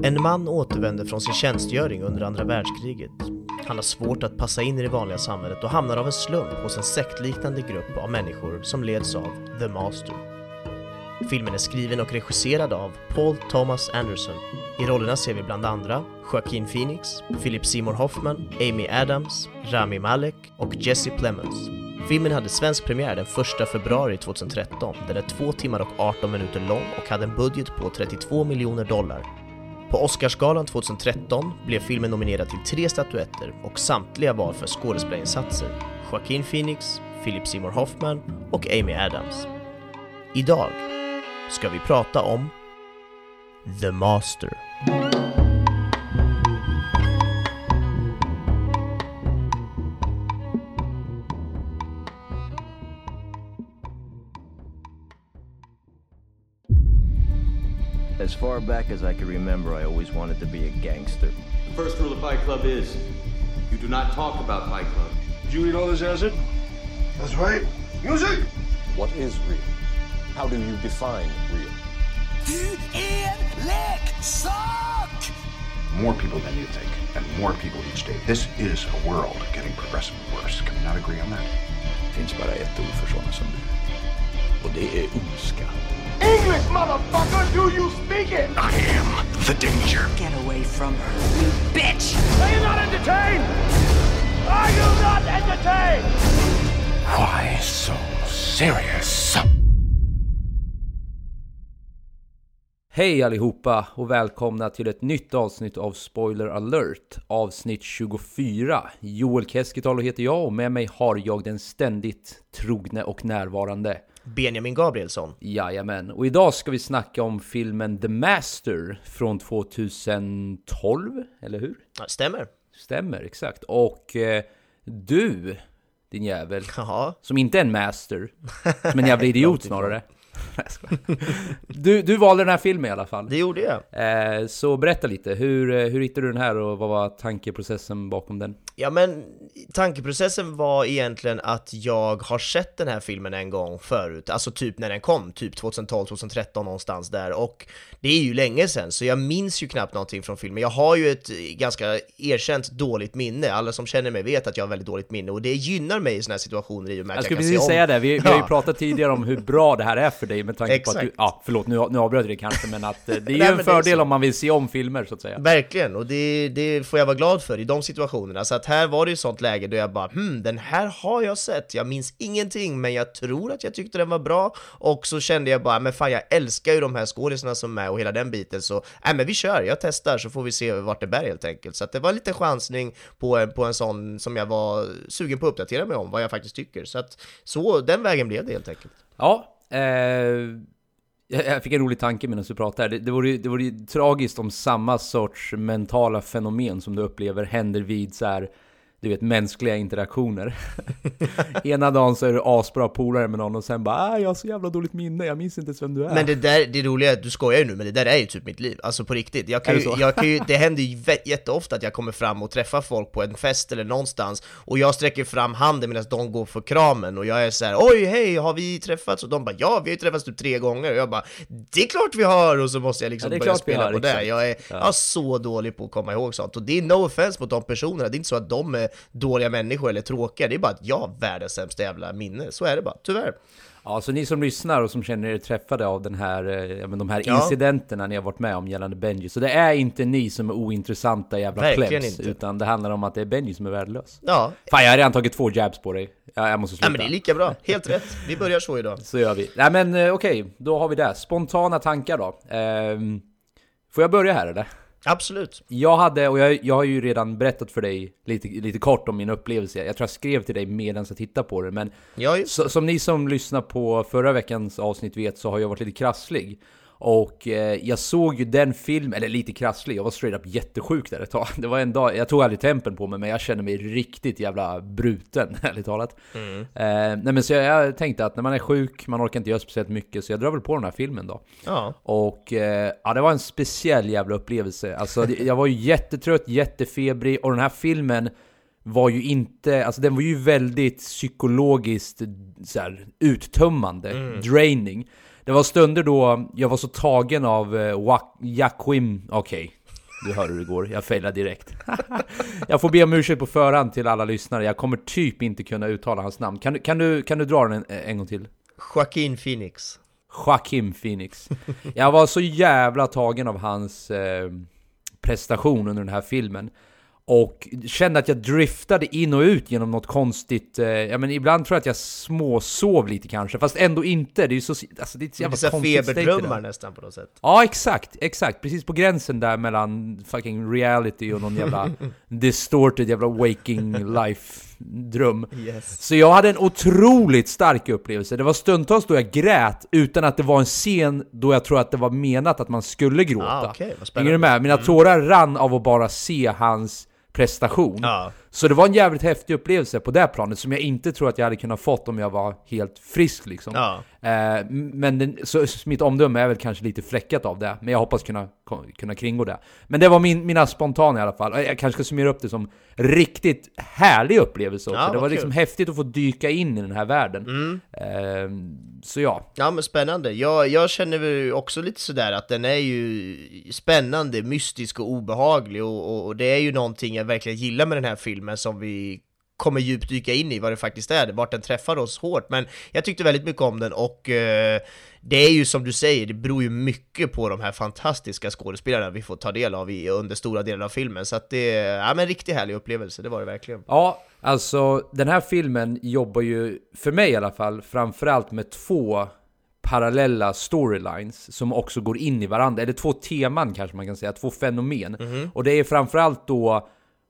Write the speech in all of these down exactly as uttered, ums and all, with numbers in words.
En man återvänder från sin tjänstgöring under andra världskriget. Han har svårt att passa in i det vanliga samhället och hamnar av en slump hos en sektliknande grupp av människor som leds av The Master. Filmen är skriven och regisserad av Paul Thomas Anderson. I rollerna ser vi bland andra Joaquin Phoenix, Philip Seymour Hoffman, Amy Adams, Rami Malek och Jesse Plemons. Filmen hade svensk premiär den första februari tjugohundratretton. Den är två timmar och arton minuter lång och hade en budget på trettiotvå miljoner dollar. På Oscarsgalan tjugohundratretton blev filmen nominerad till tre statyetter och samtliga var för skådespelarinsatser: Joaquin Phoenix, Philip Seymour Hoffman och Amy Adams. Idag ska vi prata om The Master. As far back as I can remember, I always wanted to be a gangster. The first rule of Fight Club is, you do not talk about Fight Club. Did you eat all this acid? That's right. Music! What is real? How do you define real? Du är leksak! More people than you think, and more people each day. This is a world getting progressively worse. Can we not agree on that? Det finns bara ett ord för sådana som du. Och det är ondska. English, motherfucker! Do you speak it? I am the danger. Get away from her, you bitch! Are you not entertained? Are you not entertained? Why so serious? Hej allihopa och välkomna till ett nytt avsnitt av Spoiler Alert, avsnitt tjugofyra. Joel Keskitalo heter jag och med mig har jag den ständigt trogne och närvarande Benjamin Gabrielsson. Jajamän, och idag ska vi snacka om filmen The Master från tjugotolv, eller hur? Ja, stämmer. Stämmer, exakt. Och eh, du, din jävel, Jaha. som inte är en master, som en jävla idiot snarare. Du, du valde den här filmen i alla fall. Det gjorde jag. Eh, så berätta lite, hur, hur hittade du den här och vad var tankeprocessen bakom den? Ja, men tankeprocessen var egentligen att jag har sett den här filmen en gång förut. Alltså typ när den kom, typ tjugotolv tjugotretton någonstans där. Och det är ju länge sedan, så jag minns ju knappt någonting från filmen. Jag har ju ett ganska erkänt dåligt minne. Alla som känner mig vet att jag har väldigt dåligt minne. Och det gynnar mig i såna här situationer i och med att jag, jag kan precis se om. säga det, vi, vi har ju Ja. pratat tidigare om hur bra det här är för dig med tanke Exakt. på att du, ja förlåt nu, nu avbröt det kanske, men att det är ju Nej, en men det är fördel så. om man vill se om filmer så att säga. Verkligen, och det, det får jag vara glad för i de situationerna. Så att här var det ju sånt läge då jag bara, hmm, den här har jag sett. Jag minns ingenting, men jag tror att jag tyckte den var bra. Och så kände jag bara, men fan, jag älskar ju de här skådespelarna som är och hela den biten. Så, nej men vi kör, jag testar så får vi se vart det bär helt enkelt. Så att det var lite chansning på en, på en sån som jag var sugen på att uppdatera mig om, vad jag faktiskt tycker. Så att, så den vägen blev det helt enkelt. Ja, eh... jag fick en rolig tanke medan du pratade här. Det, det, vore ju, det vore ju tragiskt om samma sorts mentala fenomen som du upplever händer vid så här, du vet, mänskliga interaktioner. Ena dagen så är du asbra polare med någon och sen bara, ah, jag har så jävla dåligt minne, jag minns inte ens vem du är. Men det där, det roliga är att du skojar ju nu, men det där är ju typ mitt liv. Alltså på riktigt. Jag kan ju, jag kan ju, det händer ju jätteofta att jag kommer fram och träffar folk på en fest eller någonstans och jag sträcker fram handen medan de går för kramen och jag är så här: oj, hej, har vi träffats? Och de bara, ja, vi har ju träffats typ tre gånger. Och jag bara, det är klart vi har! Och så måste jag liksom ja, börja spela har, på exakt. det. Jag är, ja. jag är så dålig på att komma ihåg sånt. Och det är no offense mot de personerna. Det är inte så att de är dåliga människor eller tråkiga. Det är bara att jag har världens sämsta jävla minne. Så är det bara, tyvärr. Ja, så ni som lyssnar och som känner er träffade av den här, ja, men de här ja. incidenterna ni har varit med om gällande Benji. Så det är inte ni som är ointressanta jävla Verkligen plebs, inte. utan det handlar om att det är Benji som är värdelös. Ja. Fan, jag har redan tagit två jabs på dig. Ja, jag måste sluta. Ja, men det är lika bra. Helt rätt. Vi börjar så idag. Så gör vi. Nej, men eh, okej, då har vi det. Spontana tankar då. Ehm, får jag börja här eller? Absolut. Jag hade, och jag, jag har ju redan berättat för dig lite, lite kort om min upplevelse. Jag tror jag skrev till dig medan jag tittade på det. Men ja, så, som ni som lyssnar på förra veckans avsnitt vet så har jag varit lite krasslig. Och eh, jag såg ju den film, eller lite krasslig, jag var straight up jättesjuk där ett tag. Det var en dag, jag tog aldrig tempen på mig, men jag kände mig riktigt jävla bruten, ärligt talat. Mm. Eh, nej men så jag, jag tänkte att när man är sjuk, man orkar inte göra speciellt mycket, så jag drar väl på den här filmen då. Ja. Och eh, ja, det var en speciell jävla upplevelse. Alltså jag var ju jättetrött, jättefebrig, och den här filmen var ju inte, alltså den var ju väldigt psykologiskt så här, uttömmande, mm. draining. Det var stunder då jag var så tagen av uh, Joaquin, okej, Du hör hur det går, jag failar direkt. Jag får be om ursäkt på förhand till alla lyssnare. Jag kommer typ inte kunna uttala hans namn. Kan, kan, du, kan du dra den en, en gång till? Joaquin Phoenix. Joaquin Phoenix. Jag var så jävla tagen av hans eh, prestation under den här filmen. Och kände att jag driftade in och ut genom något konstigt. Eh, ja, men ibland tror jag att jag småsov lite kanske. Fast ändå inte. Det är ju så, alltså, det är ett jävla så konstigt feberdrömmar nästan på något sätt. Ja, exakt, exakt. Precis på gränsen där mellan fucking reality och någon jävla distorted jävla waking life-dröm. Yes. Så jag hade en otroligt stark upplevelse. Det var stundtals då jag grät utan att det var en scen då jag tror att det var menat att man skulle gråta. Ah, okay. Vad Hänger spännande. du med? Mina tårar rann av att bara se hans prestation. Ja. Så det var en jävligt häftig upplevelse på det planet som jag inte tror att jag hade kunnat fått om jag var helt frisk liksom. Ja. Eh, men den, så, så mitt omdöme är väl kanske lite fläckat av det, men jag hoppas kunna, kunna kringgå det. Men det var min, mina spontana i alla fall. Jag kanske ska summera upp det som riktigt härlig upplevelse också. Ja, det var kul. Liksom häftigt att få dyka in i den här världen. Mm. Eh, så ja. Ja, men spännande. Jag, jag känner väl också lite sådär att den är ju spännande, mystisk och obehaglig och, och, och det är ju någonting jag verkligen gillar med den här filmen som vi kommer djupt dyka in i vad det faktiskt är, vart den träffar oss hårt. Men jag tyckte väldigt mycket om den och eh, det är ju som du säger, det beror ju mycket på de här fantastiska skådespelarna vi får ta del av i, under stora delar av filmen. Så att det är ja, men en riktigt härlig upplevelse, det var det verkligen. Ja, alltså den här filmen jobbar ju, för mig i alla fall, framförallt med två parallella storylines som också går in i varandra. Eller två teman kanske man kan säga, två fenomen. Mm-hmm. Och det är framförallt då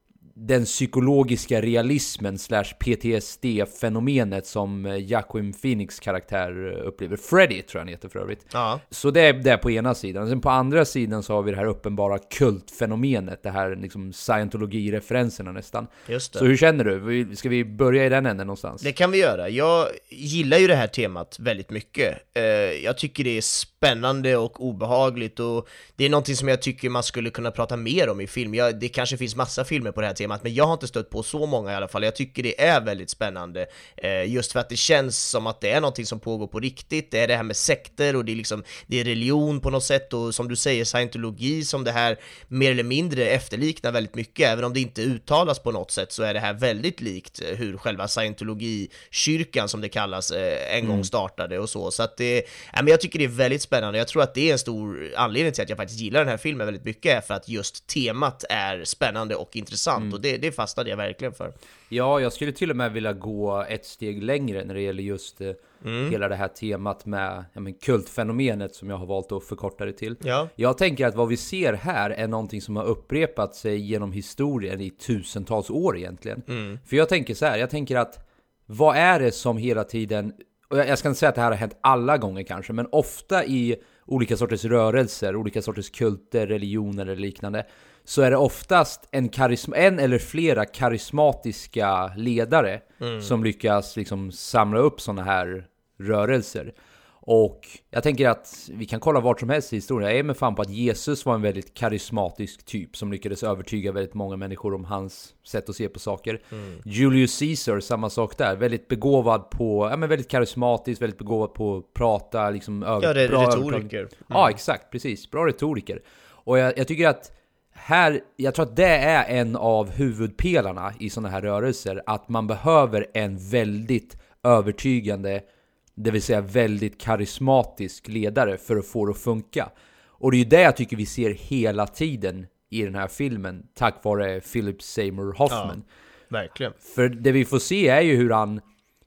den psykologiska realismen slash P T S D-fenomenet som Joaquin Phoenix karaktär upplever. Freddy tror jag han heter för övrigt. Ja. Så det är det på ena sidan. Sen på andra sidan så har vi det här uppenbara kultfenomenet. Det här liksom scientologi-referenserna nästan. Just det. Så hur känner du? Ska vi börja i den änden någonstans? Det kan vi göra. Jag gillar ju det här temat väldigt mycket. Jag tycker det är spännande och obehagligt och det är någonting som jag tycker man skulle kunna prata mer om i film. Jag, det kanske finns massa filmer på det här temat, men jag har inte stött på så många i alla fall. Jag tycker det är väldigt spännande just för att det känns som att det är någonting som pågår på riktigt. Det är det här med sekter och det är liksom det är religion på något sätt och som du säger scientologi som det här mer eller mindre efterliknar väldigt mycket. Även om det inte uttalas på något sätt så är det här väldigt likt hur själva scientologikyrkan som det kallas en mm. gång startade och så. Så att det, ja, men jag tycker det är väldigt spännande. Jag tror att det är en stor anledning till att jag faktiskt gillar den här filmen väldigt mycket är för att just temat är spännande och intressant mm. och det, det fastnade jag verkligen för. Ja, jag skulle till och med vilja gå ett steg längre när det gäller just mm. hela det här temat med ja, men kultfenomenet som jag har valt att förkorta det till. Ja. Jag tänker att vad vi ser här är någonting som har upprepat sig genom historien i tusentals år egentligen. Mm. För jag tänker så här, jag tänker att vad är det som hela tiden, och jag ska inte säga att det här har hänt alla gånger kanske, men ofta i olika sorters rörelser, olika sorters kulter, religioner eller liknande, så är det oftast en, karisma, en eller flera karismatiska ledare mm. som lyckas liksom samla upp såna här rörelser. Och jag tänker att vi kan kolla vart som helst i historien. Jag är med fan på att Jesus var en väldigt karismatisk typ som lyckades övertyga väldigt många människor om hans sätt att se på saker. Mm. Julius Caesar, samma sak där. Väldigt begåvad på, ja men väldigt karismatisk, väldigt begåvad på att prata, liksom över, ja, det är bra retoriker. Mm. Ja, exakt, precis. Bra retoriker. Och jag, jag tycker att här, jag tror att det är en av huvudpelarna i såna här rörelser, att man behöver en väldigt övertygande, det vill säga väldigt karismatisk ledare för att få det att funka. Och det är ju det jag tycker vi ser hela tiden i den här filmen, tack vare Philip Seymour Hoffman. Ja, verkligen. För det vi får se är ju hur han,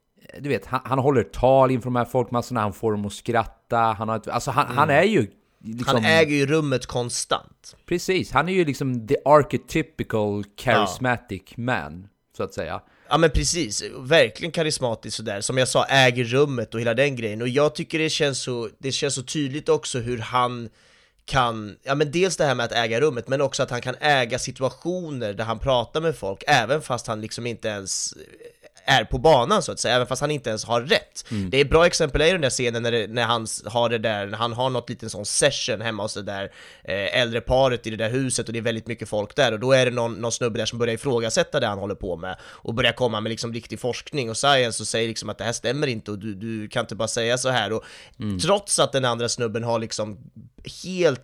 du vet, han, han håller tal inför de här folkmassorna, han får dem att skratta, han, har ett, alltså han, mm. han är ju liksom, han äger ju rummet konstant. Precis, han är ju liksom the archetypical charismatic ja. man, så att säga. Ja men precis, verkligen karismatisk sådär. Som jag sa, äger rummet och hela den grejen. Och jag tycker det känns så, det känns så tydligt också hur han kan, ja men dels det här med att äga rummet, men också att han kan äga situationer där han pratar med folk, även fast han liksom inte ens är på banan så att säga, även fast han inte ens har rätt. Mm. Det är ett bra exempel i den där scenen när, det, när han har det där, när han har något liten sån session hemma hos det där eh, äldre paret i det där huset och det är väldigt mycket folk där och då är det någon, någon snubbe där som börjar ifrågasätta det han håller på med och börjar komma med liksom riktig forskning och science och säger liksom att det här stämmer inte och du, du kan inte bara säga så här och mm. trots att den andra snubben har liksom helt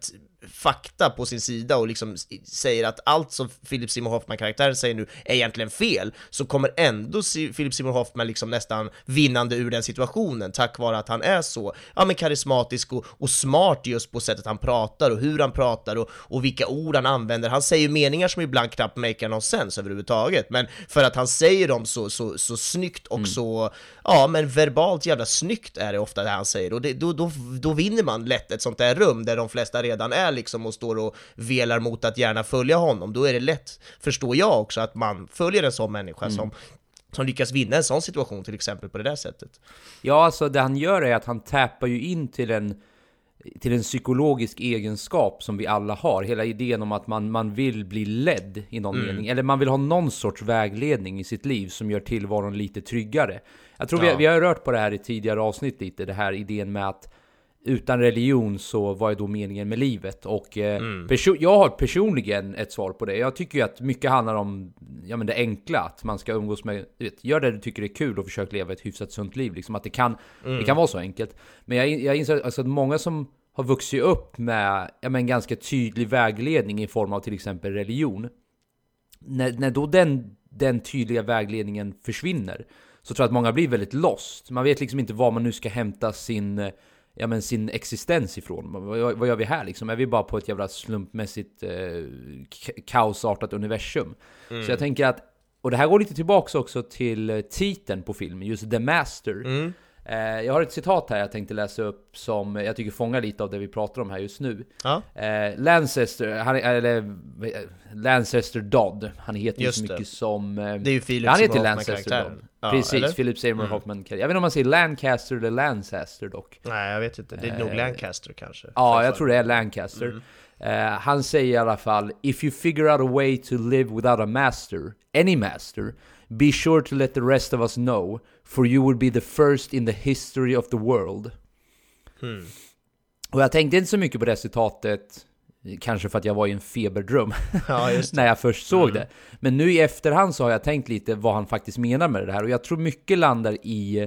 fakta på sin sida och liksom säger att allt som Philip Seymour Hoffman-karaktären säger nu är egentligen fel, så kommer ändå Philip Seymour Hoffman liksom nästan vinnande ur den situationen tack vare att han är så ja, men karismatisk och, och smart just på sättet han pratar och hur han pratar och, och vilka ord han använder. Han säger meningar som ibland knappt make någon sens överhuvudtaget, men för att han säger dem så, så, så snyggt och mm. så, ja men verbalt jävla snyggt är det ofta det han säger, och det, då, då, då vinner man lätt ett sånt där rum där de flesta redan är liksom och står och velar mot att gärna följa honom. Då är det lätt, förstår jag också, att man följer en sån människa mm. som som lyckas vinna en sån situation till exempel på det där sättet. Ja, alltså det han gör är att han tappar ju in till en till en psykologisk egenskap som vi alla har. Hela idén om att man, man vill bli ledd i någon mm. mening. Eller man vill ha någon sorts vägledning i sitt liv som gör tillvaron lite tryggare. Jag tror ja. vi, vi har rört på det här i tidigare avsnitt lite. Det här idén med att utan religion så vad är då meningen med livet? Och eh, mm. perso- jag har personligen ett svar på det. Jag tycker ju att mycket handlar om ja, men det enkla. Att man ska umgås med, vet, gör det du tycker är kul och försök leva ett hyfsat sunt liv. Liksom att det kan, mm. det kan vara så enkelt. Men jag, jag inser alltså, att många som har vuxit upp med ja, men ganska tydlig vägledning i form av till exempel religion. När, när då den, den tydliga vägledningen försvinner så tror jag att många blir väldigt lost. Man vet liksom inte var man nu ska hämta sin... ja men sin existens ifrån. Vad, vad gör vi här liksom? Är vi bara på ett jävla slumpmässigt eh, kaosartat universum? Mm. Så jag tänker att, och det här går lite tillbaka också till titeln på filmen, just The Master. Mm. Eh, jag har ett citat här jag tänkte läsa upp som jag tycker fångar lite av det vi pratar om här just nu. Ja. Eh, Lancaster, han, eller Lancaster Dodd, han heter ju så mycket det. som... Eh, det är ju Philip han heter Lancaster Dodd. Ja, precis, eller? Philip Seymour mm. Hoffman. Jag vet inte om man säger Lancaster eller Lancaster dock. Nej, jag vet inte. Det är eh, nog Lancaster kanske. Ja, jag tror det är Lancaster. Mm. Uh, han säger i alla fall: if you figure out a way to live without a master, any master, be sure to let the rest of us know, for you will be the first in the history of the world. Mm. Och jag tänkte inte så mycket på det citatet, kanske för att jag var i en feberdröm ja, just när jag först såg mm. det. Men nu i efterhand så har jag tänkt lite vad han faktiskt menar med det här. Och jag tror mycket landar i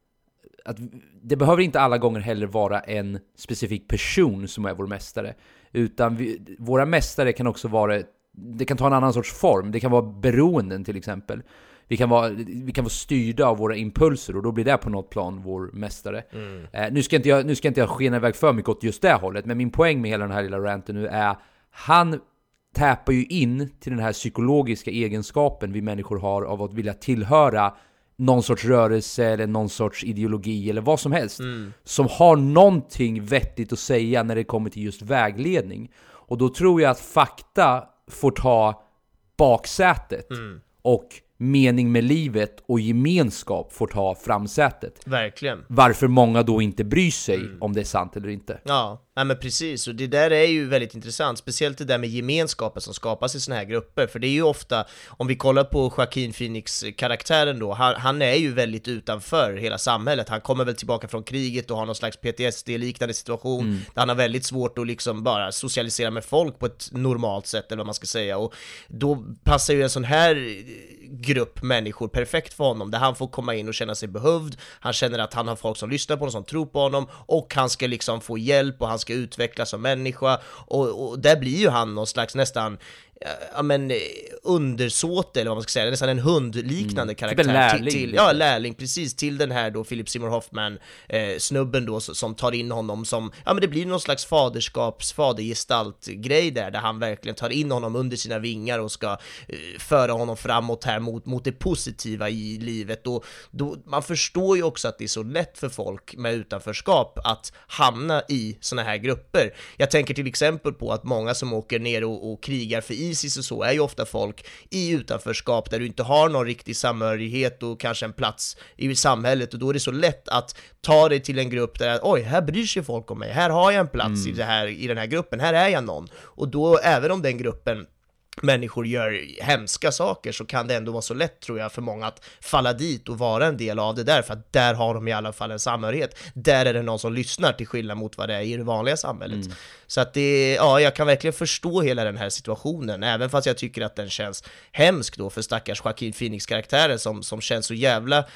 att det behöver inte alla gånger heller vara en specifik person som är vår mästare. Utan vi, våra mästare kan också vara, det kan ta en annan sorts form. Det kan vara beroenden till exempel. Vi kan vara, vi kan vara styrda av våra impulser och då blir det på något plan vår mästare. Mm. Eh, nu ska inte jag, nu ska inte jag skena iväg för mycket åt just det hållet, men min poäng med hela den här lilla ranten nu är han tappar ju in till den här psykologiska egenskapen vi människor har av att vilja tillhöra någon sorts rörelse eller någon sorts ideologi eller vad som helst mm. som har någonting vettigt att säga när det kommer till just vägledning. Och då tror jag att fakta får ta baksätet mm. och mening med livet och gemenskap får ta framsätet. Verkligen. Varför många då inte bryr sig mm. om det är sant eller inte. Ja, ja, men precis. Och det där är ju väldigt intressant. Speciellt det där med gemenskapen som skapas i såna här grupper. För det är ju ofta, om vi kollar på Joaquin Phoenix-karaktären då, han, han är ju väldigt utanför hela samhället. Han kommer väl tillbaka från kriget och har någon slags P T S D-liknande situation mm. där han har väldigt svårt att liksom bara socialisera med folk på ett normalt sätt, eller vad man ska säga. Och då passar ju en sån här grupp människor perfekt för honom, där han får komma in och känna sig behövd. Han känner att han har folk som lyssnar på honom, som tror på honom, och han ska liksom få hjälp och han ska utvecklas som människa, och, och där blir ju han någon slags nästan ja men undersåte, eller vad man ska säga, nästan en hundliknande mm. karaktär. Typ lärling, till, till, ja, lärling, precis, till den här då Philip Seymour Hoffman eh, snubben då som tar in honom som, ja men det blir någon slags faderskaps, fadergestalt grej där, där han verkligen tar in honom under sina vingar och ska eh, föra honom framåt här mot, mot det positiva i livet. Och då, man förstår ju också att det är så lätt för folk med utanförskap att hamna i såna här grupper. Jag tänker till exempel på att många som åker ner och, och krigar för ISIS och så är ju ofta folk i utanförskap där du inte har någon riktig samhörighet och kanske en plats i samhället, och då är det så lätt att ta dig till en grupp där, oj, här bryr sig folk om mig, här har jag en plats mm. i, det här, i den här gruppen, här är jag någon. Och då, även om den gruppen människor gör hemska saker, så kan det ändå vara så lätt, tror jag, för många att falla dit och vara en del av det där, för att där har de i alla fall en samhörighet. Där är det någon som lyssnar, till skillnad mot vad det är i det vanliga samhället. Mm. Så att det, ja, jag kan verkligen förstå hela den här situationen, även fast jag tycker att den känns hemsk då för stackars Joaquin Phoenix-karaktären som, som känns så jävla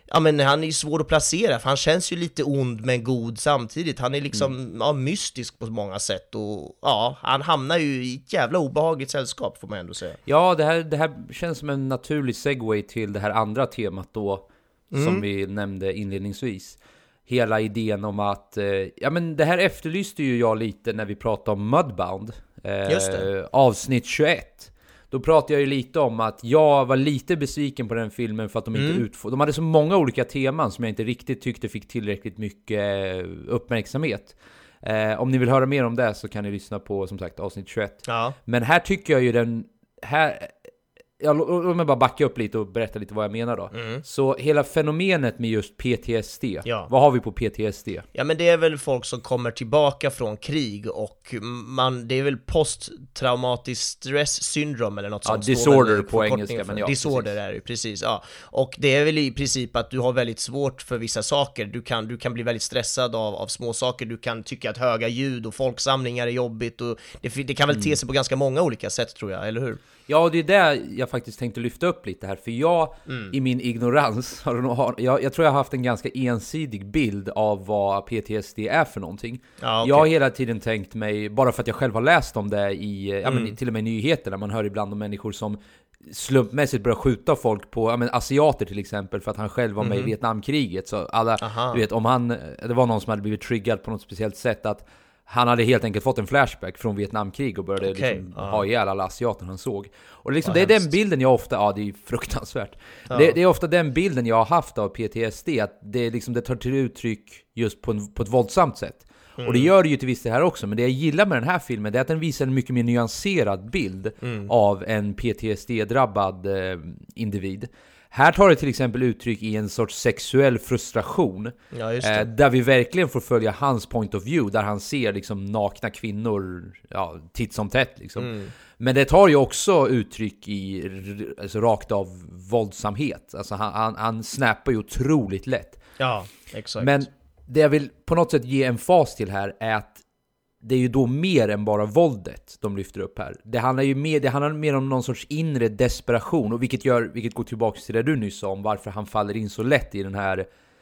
ja men han är ju svår att placera, för han känns ju lite ond men god samtidigt. Han är liksom mm. ja, mystisk på många sätt, och ja, han hamnar ju i ett jävla obehagligt sällskap, får man ändå säga. Ja, det här, det här känns som en naturlig segway till det här andra temat då, mm. som vi nämnde inledningsvis. Hela idén om att, eh, ja men det här efterlyste ju jag lite när vi pratade om Mudbound, eh, Just det. avsnitt tjugoett. Då pratade jag ju lite om att jag var lite besviken på den filmen för att de inte mm. utför. De hade så många olika teman som jag inte riktigt tyckte fick tillräckligt mycket uppmärksamhet. Eh, om ni vill höra mer om det så kan ni lyssna på, som sagt, avsnitt tjugoett. Ja. Men här tycker jag ju den här... Jag låt mig bara backa upp lite och berätta lite vad jag menar då. Mm. Så hela fenomenet med just P T S D. Ja. Vad har vi på P T S D? Ja, men det är väl folk som kommer tillbaka från krig, och man, det är väl posttraumatisk stress syndrom eller något ja, sånt. Disorder på engelska, men ja. Disorder precis. Är det, precis, ja. Och det är väl i princip att du har väldigt svårt för vissa saker. Du kan, du kan bli väldigt stressad av, av små saker. Du kan tycka att höga ljud och folksamlingar är jobbigt, och det, det kan väl mm. te sig på ganska många olika sätt, tror jag, eller hur? Ja, det är det jag faktiskt tänkte lyfta upp lite här. För jag, mm. i min ignorans, har, jag, jag tror jag har haft en ganska ensidig bild av vad P T S D är för någonting. Ja, okay. Jag har hela tiden tänkt mig, bara för att jag själv har läst om det i, mm. ja, men, till och med i nyheterna, man hör ibland om människor som slumpmässigt börjar skjuta folk på, ja, men, asiater till exempel, för att han själv var med mm. i Vietnamkriget. Så alla, Aha. du vet, om han, det var någon som hade blivit triggad på något speciellt sätt, att han hade helt enkelt fått en flashback från Vietnamkrig och började okay. liksom uh. ha ihjäl alla asiater han såg. Och det, liksom, det är hemskt. Den bilden jag ofta, ja det är fruktansvärt. Uh. Det, det är ofta den bilden jag har haft av P T S D, att det, liksom, det tar till uttryck just på, en, på ett våldsamt sätt. Mm. Och det gör det ju till viss det här också, men det jag gillar med den här filmen, det är att den visar en mycket mer nyanserad bild mm. av en P T S D-drabbad eh, individ. Här tar det till exempel uttryck i en sorts sexuell frustration, ja, just det. Eh, där vi verkligen får följa hans point of view, där han ser liksom nakna kvinnor, ja, titt som tätt liksom. Mm. Men det tar ju också uttryck i, alltså, rakt av våldsamhet. Alltså han, han, han snappar ju otroligt lätt. Ja, exakt. Men det jag vill på något sätt ge en fas till här är att det är ju då mer än bara våldet de lyfter upp här. Det handlar ju mer, det handlar mer om någon sorts inre desperation, och vilket gör, vilket går tillbaka till det du nyss sa om varför han faller in så lätt i den här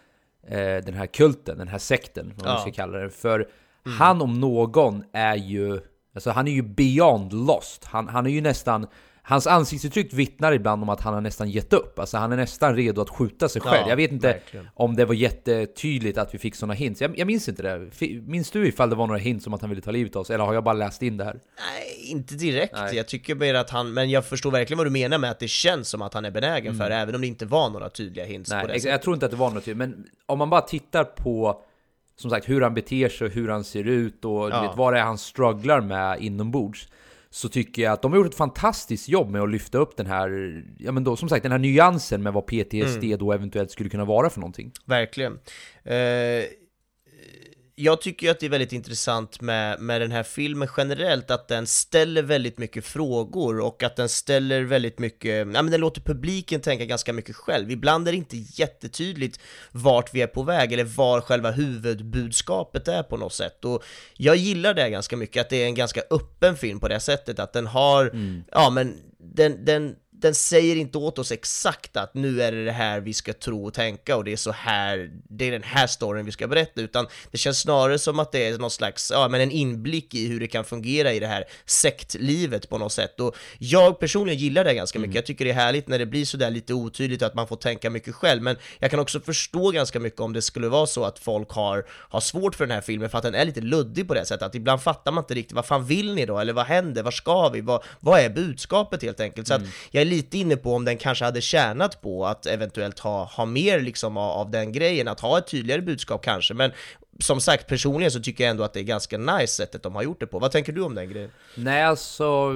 eh, den här kulten, den här sekten, vad man ja. ska kalla det. För mm. han om någon är ju, alltså han är ju beyond lost. Han, han är ju nästan, hans ansiktsuttryck vittnar ibland om att han har nästan gett upp. Alltså han är nästan redo att skjuta sig själv. Ja, jag vet inte verkligen. Om det var jättetydligt att vi fick såna hints. Jag, jag minns inte det. Minns du ifall det var några hints om att han ville ta livet av sig? Eller har jag bara läst in det här? Nej, inte direkt. Nej. Jag tycker mer att han, men jag förstår verkligen vad du menar med att det känns som att han är benägen mm. för det, även om det inte var några tydliga hints. Nej, på det jag, jag tror inte att det var något tydligt. Men om man bara tittar på, som sagt, hur han beter sig, hur han ser ut och ja. du vet, vad det är han strugglar med inombords, så tycker jag att de har gjort ett fantastiskt jobb med att lyfta upp den här, ja men då, som sagt, den här nyansen med vad P T S D mm. då eventuellt skulle kunna vara för någonting. Verkligen. Eh, jag tycker att det är väldigt intressant med, med den här filmen generellt, att den ställer väldigt mycket frågor, och att den ställer väldigt mycket, ja men den låter publiken tänka ganska mycket själv. Ibland är det inte jättetydligt vart vi är på väg, eller var själva huvudbudskapet är på något sätt. Och jag gillar det ganska mycket, att det är en ganska öppen film på det sättet, att den har, mm. ja men den, den den säger inte åt oss exakt att nu är det det här vi ska tro och tänka, och det är så här, det är den här storyn vi ska berätta, utan det känns snarare som att det är någon slags, ja men en inblick i hur det kan fungera i det här sektlivet på något sätt. Och jag personligen gillar det ganska mycket. Mm. Jag tycker det är härligt när det blir så där lite otydligt, att man får tänka mycket själv, men jag kan också förstå ganska mycket om det skulle vara så att folk har, har svårt för den här filmen, för att den är lite luddig på det sättet, att ibland fattar man inte riktigt, vad fan vill ni då, eller vad händer, var ska vi, vad, vad är budskapet helt enkelt. Så mm. att jag är lite inne på om den kanske hade tjänat på att eventuellt ha, ha mer liksom av, av den grejen, att ha ett tydligare budskap kanske, men som sagt, personligen så tycker jag ändå att det är ganska nice sättet de har gjort det på. Vad tänker du om den grejen? Nej, alltså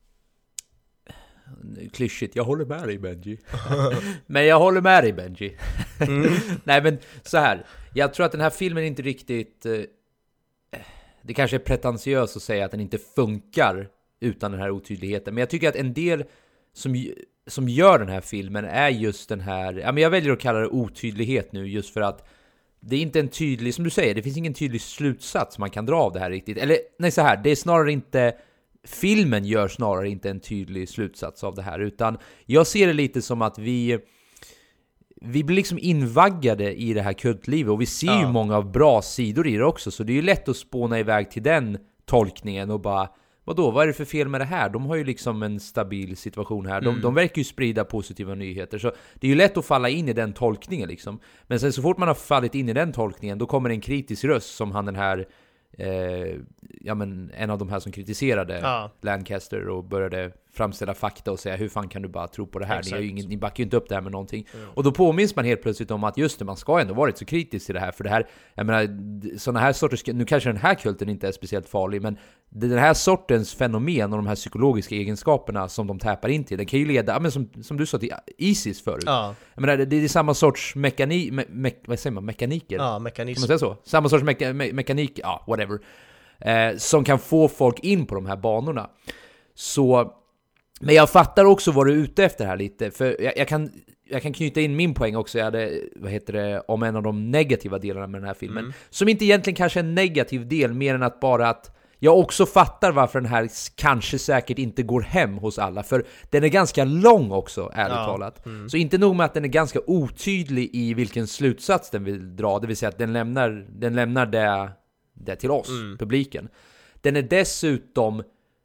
klyschigt, jag håller med dig Benji. Men jag håller med dig Benji. mm. Nej men så här, jag tror att den här filmen inte riktigt, det kanske är pretentiöst att säga att den inte funkar utan den här otydligheten, men jag tycker att en del som, som gör den här filmen är just den här, ja men jag väljer att kalla det otydlighet nu, just för att det är inte en tydlig, som du säger, det finns ingen tydlig slutsats man kan dra av det här riktigt. Eller nej, så här, det är snarare inte, filmen gör snarare inte en tydlig slutsats av det här, utan jag ser det lite som att vi vi blir liksom invaggade i det här kultlivet och vi ser ja. ju många av bra sidor i det också, så det är ju lätt att spåna iväg till den tolkningen och bara, vadå, vad är det för fel med det här? De har ju liksom en stabil situation här. De, mm. de verkar ju sprida positiva nyheter. Så det är ju lätt att falla in i den tolkningen liksom. Men sen så fort man har fallit in i den tolkningen, då kommer en kritisk röst som han den här eh, ja men en av de här som kritiserade ja. Lancaster och började framställa fakta och säga, hur fan kan du bara tro på det här? Ni, har ju ingen, ni backar ju inte upp det här med någonting. Mm. Och då påminns man helt plötsligt om att just det, man ska ändå varit så kritisk till det här. För det här, jag menar, sådana här sorters, nu kanske den här kulten inte är speciellt farlig, men den här sortens fenomen och de här psykologiska egenskaperna som de täpar in till, den kan ju leda, men som, som du sa, till ISIS förut. Ja. Jag menar, det, det är samma sorts mekanik, me, me, vad säger man, mekaniker? Ja, mekanism. Kan man säga så? Samma sorts meka, me, mekanik, ja, whatever. Eh, som kan få folk in på de här banorna. Så, men jag fattar också vad du är ute efter här lite, för jag, jag kan jag kan knyta in min poäng också. Jag hade, vad heter det, om en av de negativa delarna med den här filmen, mm. som inte egentligen kanske är en negativ del, mer än att bara att jag också fattar varför den här kanske säkert inte går hem hos alla, för den är ganska lång också, ärligt ja. talat. Mm. Så inte nog med att den är ganska otydlig i vilken slutsats den vill dra, det vill säga att den lämnar, den lämnar det, det till oss, mm. publiken. Den är dessutom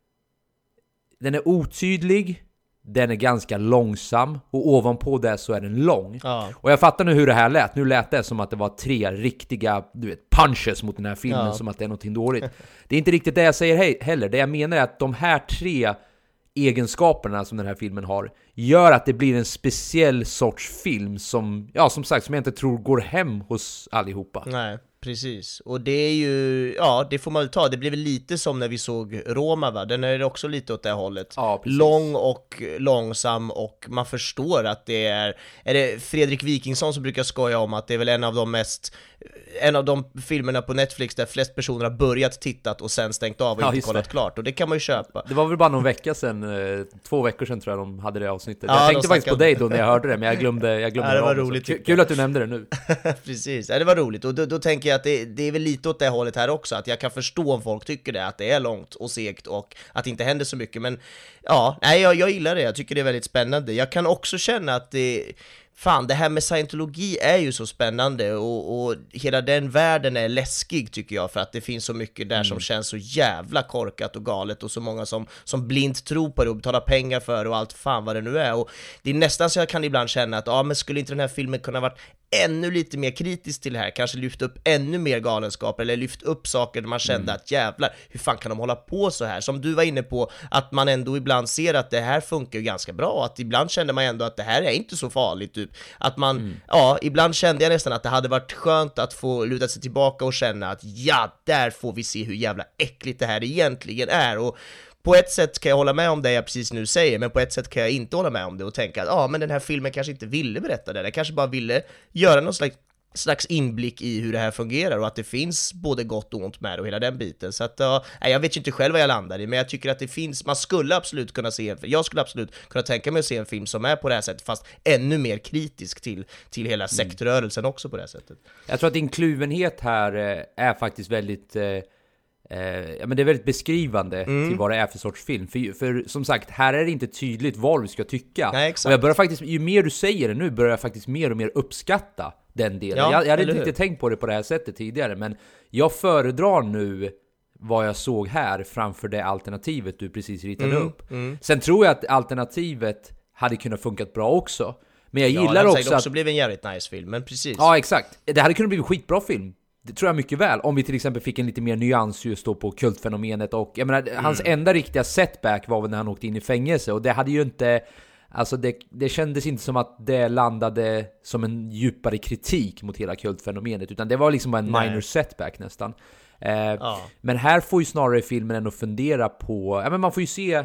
den är otydlig, den är ganska långsam, och ovanpå det så är den lång. Ja. Och jag fattar nu hur det här lät. Nu lät det som att det var tre riktiga, du vet, punches mot den här filmen, ja. som att det är någonting dåligt. Det är inte riktigt det jag säger heller. Det jag menar är att de här tre egenskaperna som den här filmen har gör att det blir en speciell sorts film som, ja, som sagt, som jag inte tror går hem hos allihopa. Nej. Precis, och det är ju, ja, det får man väl ta. Det blir väl lite som när vi såg Roma, va? Den är också lite åt det hållet. Ja, lång och långsam, och man förstår att det är, är det Fredrik Wikingsson som brukar skoja om att det är väl en av de mest, en av de filmerna på Netflix där flest personer har börjat tittat och sen stängt av och ja, inte kollat det. klart, och det kan man ju köpa. Det var väl bara någon vecka sedan, två veckor sedan tror jag de hade det avsnittet. Ja, jag tänkte faktiskt på dig då när jag hörde det, men jag glömde, jag glömde ja, det var roligt. Kul, kul att du nämnde det nu. Precis, ja, det var roligt, och då, då tänker jag att det, det är väl lite åt det hållet här också, att jag kan förstå om folk tycker det, att det är långt och segt och att det inte händer så mycket, men ja, nej, jag, jag gillar det, jag tycker det är väldigt spännande. Jag kan också känna att det, fan, det här med scientologi är ju så spännande, och, och hela den världen är läskig tycker jag, för att det finns så mycket där mm. som känns så jävla korkat och galet, och så många som, som blint tror på det och betalar pengar för det och allt fan vad det nu är. Och det är nästan så jag kan ibland känna att ja, men skulle inte den här filmen kunna varit ännu lite mer kritisk till det här, kanske lyft upp ännu mer galenskaper, eller lyft upp saker där man kände mm. att jävlar, hur fan kan de hålla på så här? Som du var inne på, att man ändå ibland ser att det här funkar ju ganska bra, att ibland kände man ändå att det här är inte så farligt typ. Att man, mm. ja, ibland kände jag nästan att det hade varit skönt att få luta sig tillbaka och känna att ja, där får vi se hur jävla äckligt det här egentligen är. Och på ett sätt kan jag hålla med om det jag precis nu säger, men på ett sätt kan jag inte hålla med om det och tänka att ja, men den här filmen kanske inte ville berätta det, den kanske bara ville göra någon slags slags inblick i hur det här fungerar, och att det finns både gott och ont med och hela den biten. Så att ja, jag vet inte själv vad jag landar i, men jag tycker att det finns, man skulle absolut kunna se, jag skulle absolut kunna tänka mig att se en film som är på det här sättet, fast ännu mer kritisk till, till hela sektrörelsen mm. också på det här sättet. Jag tror att din kluvenhet här är faktiskt väldigt Eh, ja, men det är väldigt beskrivande mm. till vad det är för sorts film. För, för som sagt, här är det inte tydligt vad du ska tycka. Nej, och jag börjar faktiskt, ju mer du säger det nu, börjar jag faktiskt mer och mer uppskatta den delen. Ja, jag, jag hade inte riktigt tänkt på det på det här sättet tidigare, men jag föredrar nu vad jag såg här framför det alternativet du precis ritade mm. upp. Mm. Sen tror jag att alternativet hade kunnat funkat bra också. Men jag gillar ja, också att... också blev en jävligt nice film, men precis. Ja, exakt. Det hade kunnat bli en skitbra film. Det tror jag mycket väl, om vi till exempel fick en lite mer nyans just då på kultfenomenet. Och jag menar, mm. hans enda riktiga setback var väl när han åkte in i fängelse, och det hade ju inte, alltså det, det kändes inte som att det landade som en djupare kritik mot hela kultfenomenet, utan det var liksom bara en Nej. minor setback nästan. eh, ja. Men här får ju snarare filmen ändå fundera på, ja men man får ju se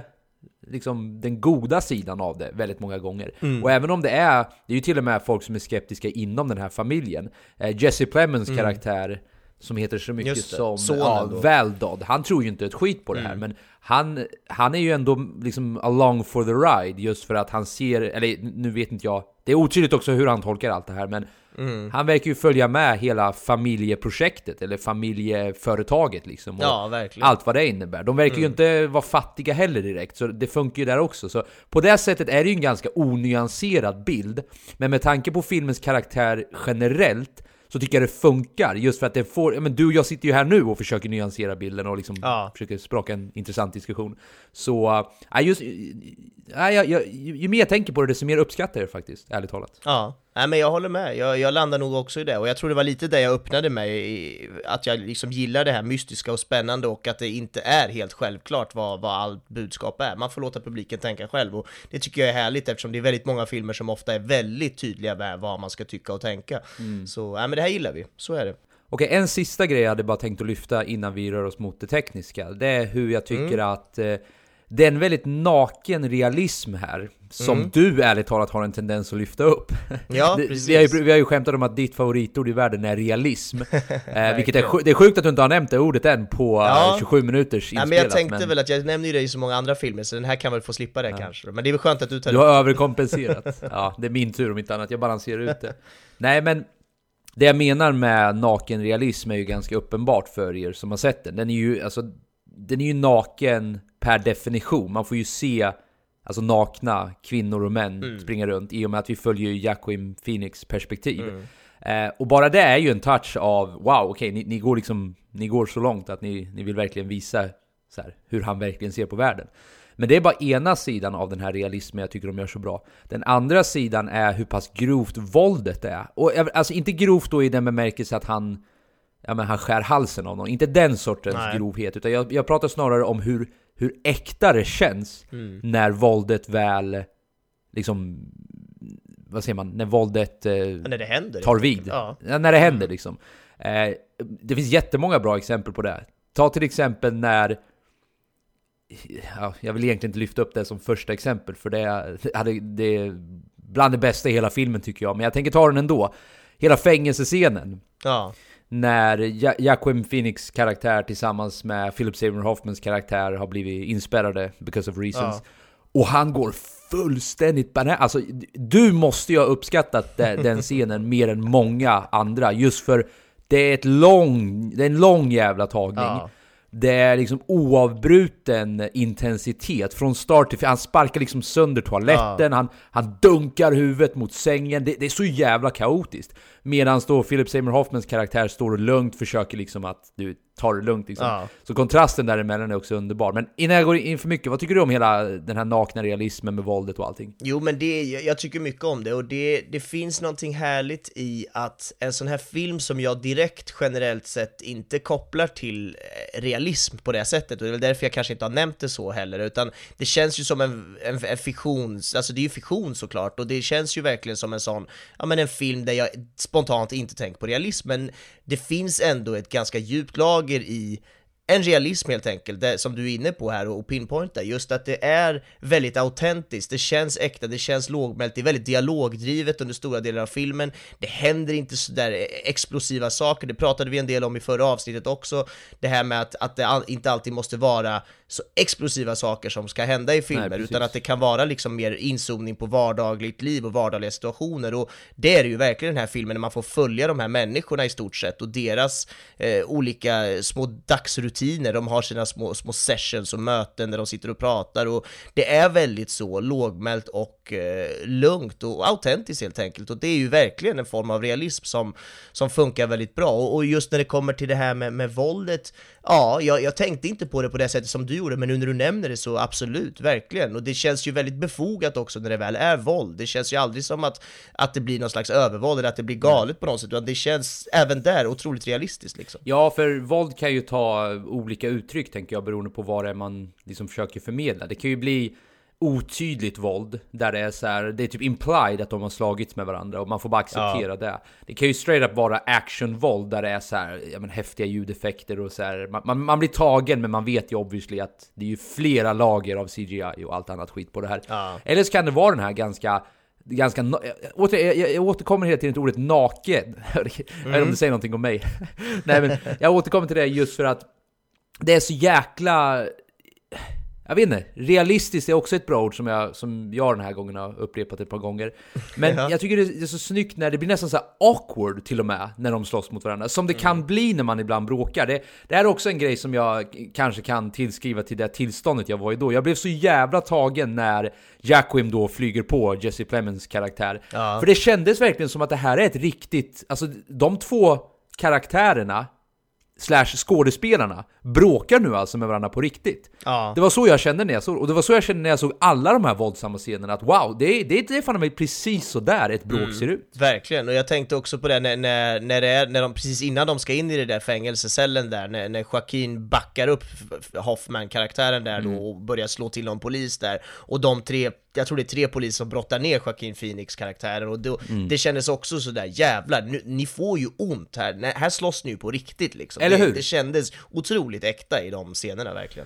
liksom den goda sidan av det väldigt många gånger. Mm. Och även om det är, det är ju till och med folk som är skeptiska inom den här familjen. eh, Jesse Plemons mm. karaktär, som heter så mycket Just det. som Sonen ja, då. Val Dodd. Han tror ju inte ett skit på det här, Mm. men han, han är ju ändå liksom along for the ride, just för att han ser, eller nu vet inte jag, det är otydligt också hur han tolkar allt det här, men Mm. han verkar ju följa med hela familjeprojektet eller familjeföretaget liksom, och Ja, verkligen. allt vad det innebär. De verkar ju inte vara fattiga heller direkt, så det funkar ju där också. Så på det sättet är det ju en ganska onyanserad bild, men med tanke på filmens karaktär generellt så tycker jag det funkar, just för att det får, ja, men du och jag sitter ju här nu och försöker nyansera bilden och liksom Ja. försöker språka en intressant diskussion. Så äh, just, äh, jag, jag, ju mer jag tänker på det, desto mer uppskattar jag det faktiskt, ärligt talat. Ja, nej, men jag håller med. Jag, jag landar nog också i det. Och jag tror det var lite det jag öppnade mig i, att jag liksom gillar det här mystiska och spännande, och att det inte är helt självklart vad, vad allt budskap är. Man får låta publiken tänka själv, och det tycker jag är härligt, eftersom det är väldigt många filmer som ofta är väldigt tydliga med vad man ska tycka och tänka. Mm. Så nej, men det här gillar vi. Så är det. Okej, en sista grej jag hade bara tänkt att lyfta innan vi rör oss mot det tekniska. Det är hur jag tycker Mm. att eh, det är en väldigt naken realism här, som Mm. du ärligt talat har en tendens att lyfta upp. Ja, det, precis. vi, har ju, vi har ju skämtat om att ditt favoritord i världen är realism. eh, vilket är, sj- det är sjukt att du inte har nämnt det ordet än på Ja. eh, tjugosju minuters inspelat. Ja, men jag tänkte väl att jag nämner ju det i så många andra filmer, så den här kan väl få slippa det kanske. Men det är väl skönt att du tar Du har överkompenserat. Ja, det är min tur om inte annat. Jag balanserar ut det. Nej, men det jag menar med naken realism är ju ganska uppenbart för er som har sett den. Den är ju, alltså, den är ju naken per definition. Man får ju se alltså nakna kvinnor och män Mm. springa runt, i och med att vi följer ju Joaquin Phoenix perspektiv. Mm. Eh, och bara det är ju en touch av wow, okej, okay, ni, ni går liksom ni går så långt att ni, ni vill verkligen visa så här, hur han verkligen ser på världen. Men det är bara ena sidan av den här realismen jag tycker de gör så bra. Den andra sidan är hur pass grovt våldet är. Och alltså inte grovt då i den bemärkelse att han, ja, men han skär halsen av någon. Inte den sortens Nej. grovhet. Utan jag, jag pratar snarare om hur, hur äkta det känns Mm. när våldet väl liksom, vad säger man, när våldet eh, när det händer. tar vid. Ja. Ja, när det händer liksom. Eh, det finns jättemånga bra exempel på det. Ta till exempel när, ja, jag vill egentligen inte lyfta upp det som första exempel, för det är, det är bland det bästa i hela filmen tycker jag. Men jag tänker ta den ändå. Hela fängelsescenen. Ja. När ja- Joaquin Phoenix karaktär tillsammans med Philip Seymour Hoffmans karaktär har blivit inspärrade because of reasons. Ja. Och han går fullständigt banan. Alltså, du måste ju ha uppskattat de- den scenen mer än många andra. Just för det är, ett lång, det är en lång jävla tagning. Ja. Det är liksom oavbruten intensitet från start till... Han sparkar liksom sönder toaletten, Ja. han, han dunkar huvudet mot sängen. Det, det är så jävla kaotiskt. Medan då Philip Seymour Hoffmans karaktär står och lugnt försöker liksom att du tar det lugnt liksom. Ja. Så kontrasten däremellan är också underbar. Men innan jag går in för mycket, vad tycker du om hela den här nakna realismen med våldet och allting? Jo, men det, jag jag tycker mycket om det, och det, det finns någonting härligt i att en sån här film som jag direkt generellt sett inte kopplar till eh, realism på det sättet, och det är väl därför jag kanske inte har nämnt det så heller, utan det känns ju som en, en, en fiktion, alltså det är ju fiktion såklart, och det känns ju verkligen som en sån, ja men en film där jag spontant inte tänker på realism, men det finns ändå ett ganska djupt lager i en realism helt enkelt, det, som du är inne på här och pinpointar, just att det är väldigt autentiskt, det känns äkta, det känns lågmält, det är väldigt dialogdrivet under stora delar av filmen, det händer inte så där explosiva saker, det pratade vi en del om i förra avsnittet också, det här med att, att det all, inte alltid måste vara så explosiva saker som ska hända i filmer, Nej, utan att det kan vara liksom mer inzoomning på vardagligt liv och vardagliga situationer, och det är det ju verkligen den här filmen, när man får följa de här människorna i stort sett och deras eh, olika små dagsrutiner, de har sina små, små sessions och möten där de sitter och pratar, och det är väldigt så lågmält och eh, lugnt och autentiskt helt enkelt, och det är ju verkligen en form av realism som, som funkar väldigt bra, och, och just när det kommer till det här med, med våldet, ja, jag, jag tänkte inte på det på det sättet som du gjorde, men nu när du nämner det så absolut, verkligen, och det känns ju väldigt befogat också när det väl är våld, det känns ju aldrig som att, att det blir någon slags övervåld eller att det blir galet på något sätt, utan det känns även där otroligt realistiskt liksom. Ja, för våld kan ju ta olika uttryck, tänker jag, beroende på vad det är man liksom försöker förmedla. Det kan ju bli otydligt våld, där det är så här, det är typ implied att de har slagits med varandra och man får bara acceptera ja. det. Det kan ju straight up vara actionvåld där det är så här, ja men häftiga ljudeffekter och så här, man, man, man blir tagen, men man vet ju obviously att det är ju flera lager av C G I och allt annat skit på det här. Ja. Eller så kan det vara den här ganska ganska jag, åter, jag, jag återkommer hela tiden till ordet naken. Jag vet inte om det säger någonting om mig. Nej, men jag återkommer till det just för att det är så jäkla, jag vet inte, realistiskt är också ett bra ord som jag, som jag den här gången har upprepat ett par gånger. Men ja. jag tycker det är så snyggt när det blir nästan så här awkward till och med när de slåss mot varandra. Som det mm. kan bli när man ibland bråkar. Det, det här är också en grej som jag kanske kan tillskriva till det tillståndet jag var i då. Jag blev så jävla tagen när Jacquim då flyger på Jesse Plemons karaktär. Ja. För det kändes verkligen som att det här är ett riktigt, alltså de två karaktärerna slash skådespelarna bråkar nu alltså med varandra på riktigt. Ja. Det var så jag kände när jag såg, och det var så jag kände när jag såg alla de här våldsamma scenerna, att wow, det är, det är, det är fan mig precis så där ett bråk mm, ser ut. Verkligen, och jag tänkte också på det när, när, när, det är, när de precis innan de ska in i det där fängelsecellen där, när, när Joaquin backar upp Hoffman-karaktären där mm. då, och börjar slå till någon polis där, och de tre, jag tror det är tre poliser som brottar ner Joaquin Phoenix-karaktären, och då, mm. det kändes också så där, jävlar, nu, ni får ju ont här, nej, här slåss ni ju på riktigt liksom. Eller hur? Det, det kändes otroligt äkta i de scenerna verkligen.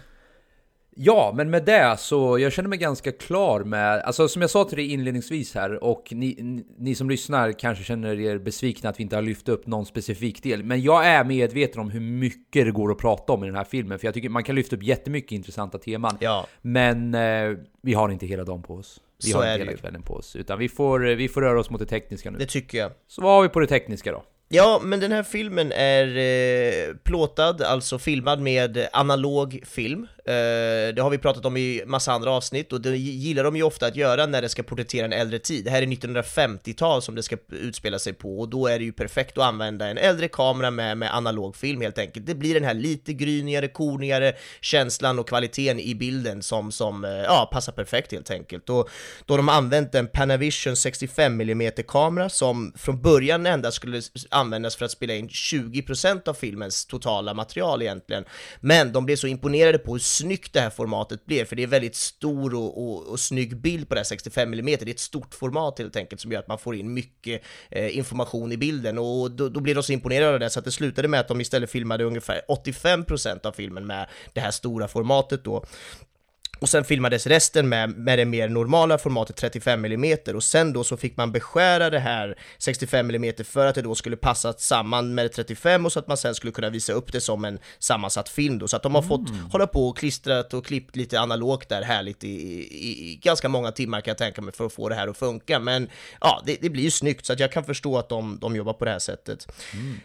Ja, men med det så jag känner mig ganska klar med, alltså som jag sa till dig inledningsvis här, och ni, ni, ni som lyssnar kanske känner er besvikna att vi inte har lyft upp någon specifik del, men jag är medveten om hur mycket det går att prata om i den här filmen, för jag tycker man kan lyfta upp jättemycket intressanta teman, ja. men eh, vi har inte hela dagen på oss. Vi så har inte hela ju. kvällen på oss, utan vi får, vi får röra oss mot det tekniska nu. Det tycker jag. Så vad har vi på det tekniska då? Ja, men den här filmen är eh, plåtad, alltså filmad med analog film. Eh, det har vi pratat om i massa andra avsnitt, och det gillar de ju ofta att göra när det ska porträttera en äldre tid. Det här är nittonhundrafemtiotal som det ska utspela sig på, och då är det ju perfekt att använda en äldre kamera med, med analog film helt enkelt. Det blir den här lite grynigare, kornigare känslan och kvaliteten i bilden som, som ja, passar perfekt helt enkelt. Och då de har använt en Panavision sextiofem millimeter kamera som från början endast skulle användas för att spela in tjugo procent av filmens totala material egentligen. Men de blev så imponerade på hur snyggt det här formatet blev, för det är väldigt stor och, och, och snygg bild på det här sextiofem millimeter. Det är ett stort format helt enkelt som gör att man får in mycket eh, information i bilden, och då, då blev de så imponerade av det så att det slutade med att de istället filmade ungefär åttiofem procent av filmen med det här stora formatet då. Och sen filmades resten med, med det mer normala formatet trettiofem millimeter, och sen då så fick man beskära det här sextiofem millimeter för att det då skulle passa samman med trettiofem, och så att man sen skulle kunna visa upp det som en sammansatt film då. Så att de har mm. fått hålla på och klistrat och klippt lite analogt där härligt i, i, i ganska många timmar kan jag tänka mig för att få det här att funka. Men ja, det, det blir ju snyggt, så att jag kan förstå att de, de jobbar på det här sättet. Mm.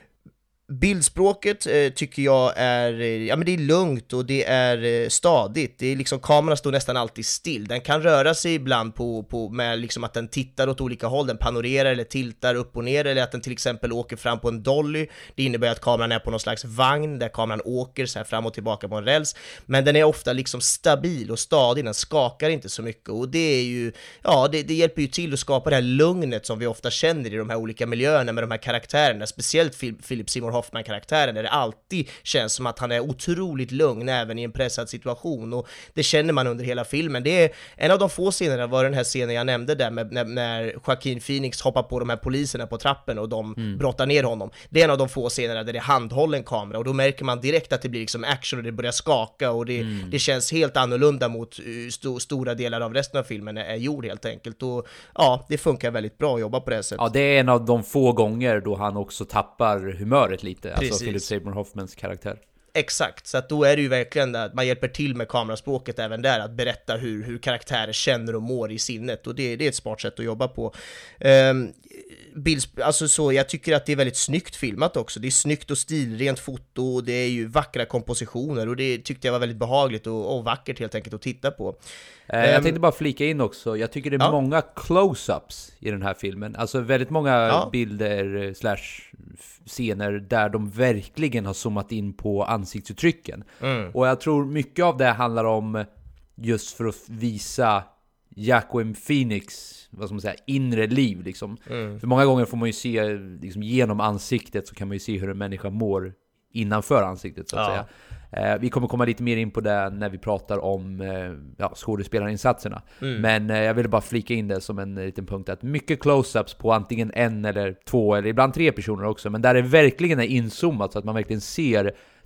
Bildspråket eh, tycker jag är, ja men det är lugnt och det är eh, stadigt. Det är liksom, kameran står nästan alltid still. Den kan röra sig ibland på, på, med liksom att den tittar åt olika håll. Den panorerar eller tiltar upp och ner, eller att den till exempel åker fram på en dolly. Det innebär att kameran är på någon slags vagn där kameran åker så här fram och tillbaka på en räls. Men den är ofta liksom stabil och stadig. Den skakar inte så mycket, och det är ju, ja det, det hjälper ju till att skapa det här lugnet som vi ofta känner i de här olika miljöerna med de här karaktärerna. Speciellt Philip Seymour Hoffman-karaktären, där det alltid känns som att han är otroligt lugn även i en pressad situation, och det känner man under hela filmen. Det är en av de få scenerna, var den här scenen jag nämnde där med, när, när Joaquin Phoenix hoppar på de här poliserna på trappen och de mm. brottar ner honom. Det är en av de få scenerna där det är handhållen kamera, och då märker man direkt att det blir liksom action och det börjar skaka, och det, mm. det känns helt annorlunda mot uh, st- stora delar av resten av filmen är, är gjord helt enkelt, och ja, det funkar väldigt bra att jobba på det sättet. Ja, det är en av de få gånger då han också tappar humöret lite. Precis. Alltså Philip Seymour Hoffmans karaktär. Exakt, så att då är det ju verkligen att man hjälper till med kameraspråket även där, att berätta hur, hur karaktärer känner och mår i sinnet, och det, det är ett smart sätt att jobba på. Um, bilds, alltså så, jag tycker att det är väldigt snyggt filmat också. Det är snyggt och stilrent foto, och det är ju vackra kompositioner, och det tyckte jag var väldigt behagligt och, och vackert helt enkelt att titta på. Jag um, tänkte bara flika in också, jag tycker det är ja. många close-ups i den här filmen. Alltså väldigt många ja. bilder slash scener där de verkligen har zoomat in på ansiktsuttrycken. Mm. Och jag tror mycket av det handlar om just för att visa Joaquin Phoenix, vad ska man säga, inre liv liksom. Mm. För många gånger får man ju se liksom, genom ansiktet så kan man ju se hur en människa mår innanför ansiktet så att ja. säga. Eh, vi kommer komma lite mer in på det när vi pratar om eh, ja, skådespelarinsatserna. Mm. Men eh, jag ville bara flika in det som en eh, liten punkt, att mycket close-ups på antingen en eller två eller ibland tre personer också, men där det verkligen är inzoomat så att man verkligen ser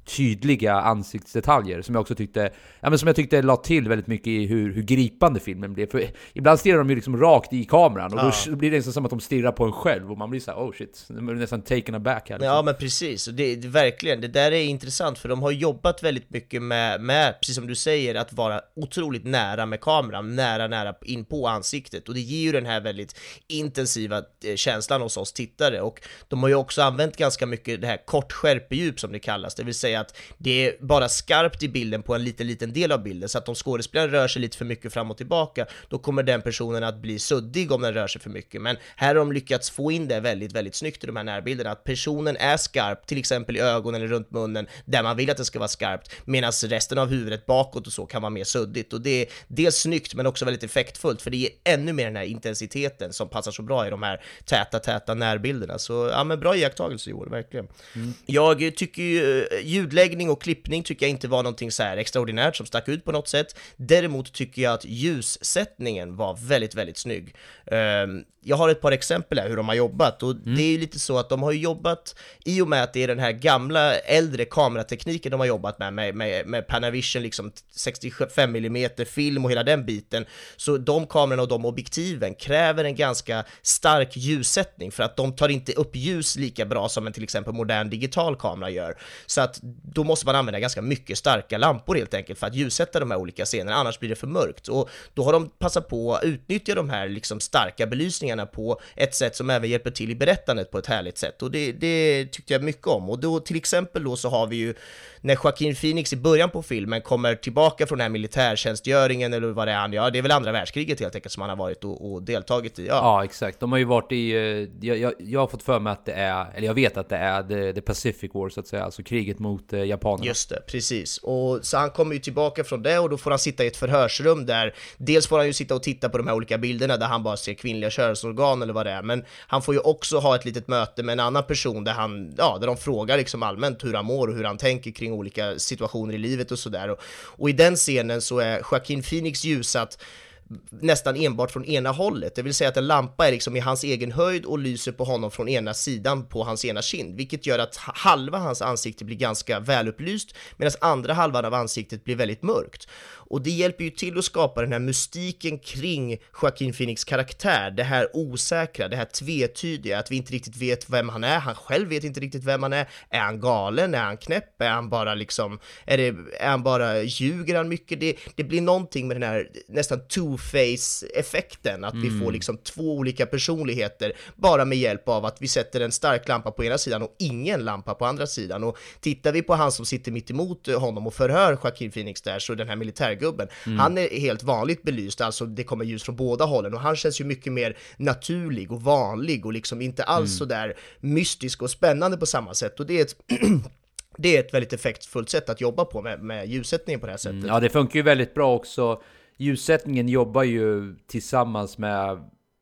tydliga ansiktsdetaljer som jag också tyckte, ja, men som jag tyckte la till väldigt mycket i hur, hur gripande filmen blev. För ibland stirrar de ju liksom rakt i kameran och ja. Då blir det nästan som att de stirrar på en själv och man blir så här, oh shit, de är nästan taken aback här. Liksom. Ja, men precis. Det, det, verkligen, det där är intressant för de har jobbat väldigt mycket med, med, precis som du säger, att vara otroligt nära med kameran, nära, nära in på ansiktet. Och det ger ju den här väldigt intensiva eh, känslan hos oss tittare. Och de har ju också använt ganska mycket det här kort skärpedjup som det kallas. Det vill säga att det är bara skarpt i bilden på en liten, liten del av bilden. Så att om skådespelaren rör sig lite för mycket fram och tillbaka, då kommer den personen att bli suddig om den rör sig för mycket. Men här har de lyckats få in det väldigt, väldigt snyggt i de här närbilderna. Att personen är skarp, till exempel i ögonen eller runt munnen, där man vill att det ska vara skarpt. Medan resten av huvudet bakåt och så kan vara mer suddigt. Och det är dels snyggt men också väldigt effektfullt. För det ger ännu mer den här intensiteten som passar så bra i de här täta, täta närbilderna. Så ja, men bra iakttagelse i år, verkligen. Mm. Jag tycker ju ljudläggning och klippning tycker jag inte var någonting så här extraordinärt som stack ut på något sätt. Däremot tycker jag att ljussättningen var väldigt, väldigt snygg. Um, jag har ett par exempel här hur de har jobbat och mm. det är ju lite så att de har jobbat i och med att det är den här gamla äldre kameratekniken de har jobbat med med, med, med Panavision liksom sextiofem millimeter film och hela den biten, så de kamerorna och de objektiven kräver en ganska stark ljussättning för att de tar inte upp ljus lika bra som en till exempel modern digital kamera gör, så att då måste man använda ganska mycket starka lampor helt enkelt för att ljussätta de här olika scenerna, annars blir det för mörkt, och då har de passat på att utnyttja de här liksom starka belysningarna på ett sätt som även hjälper till i berättandet på ett härligt sätt, och det, det tyckte jag mycket om. Och då till exempel då så har vi ju när Joaquin Phoenix i början på filmen kommer tillbaka från den här militärtjänstgöringen eller vad det är han gör, det är väl andra världskriget helt enkelt som han har varit och, och deltagit i. Ja. ja, exakt. De har ju varit i, jag, jag, jag har fått för mig att det är, eller jag vet att det är the, the Pacific War så att säga, alltså kriget mot eh, japanerna. Just det, precis. Och så han kommer ju tillbaka från det och då får han sitta i ett förhörsrum där, dels får han ju sitta och titta på de här olika bilderna där han bara ser kvinnliga könsorgan eller vad det är, men han får ju också ha ett litet möte med en annan person där han, ja, där de frågar liksom allmänt hur han mår och hur han tänker kring olika situationer i livet och sådär. Och, och i den scenen så är Joaquin Phoenix ljusat nästan enbart från ena hållet, det vill säga att en lampa är liksom i hans egen höjd och lyser på honom från ena sidan på hans ena kind, vilket gör att halva hans ansikte blir ganska välupplyst medan andra halvan av ansiktet blir väldigt mörkt. Och det hjälper ju till att skapa den här mystiken kring Joaquin Phoenix karaktär, det här osäkra, det här tvetydiga, att vi inte riktigt vet vem han är, han själv vet inte riktigt vem han är, är han galen, är han knäpp, är han bara liksom, är, det, är han bara, ljuger han mycket, det, det blir någonting med den här nästan two-face-effekten, att mm. vi får liksom två olika personligheter bara med hjälp av att vi sätter en stark lampa på ena sidan och ingen lampa på andra sidan. Och tittar vi på han som sitter mitt emot honom och förhör Joaquin Phoenix där, så den här militärgubben, Mm. han är helt vanligt belyst, alltså det kommer ljus från båda hållen och han känns ju mycket mer naturlig och vanlig och liksom inte alls mm. så där mystisk och spännande på samma sätt, och det är ett det är ett väldigt effektfullt sätt att jobba på med, med ljussättningen på det här sättet. Mm. Ja, det funkar ju väldigt bra också. Ljussättningen jobbar ju tillsammans med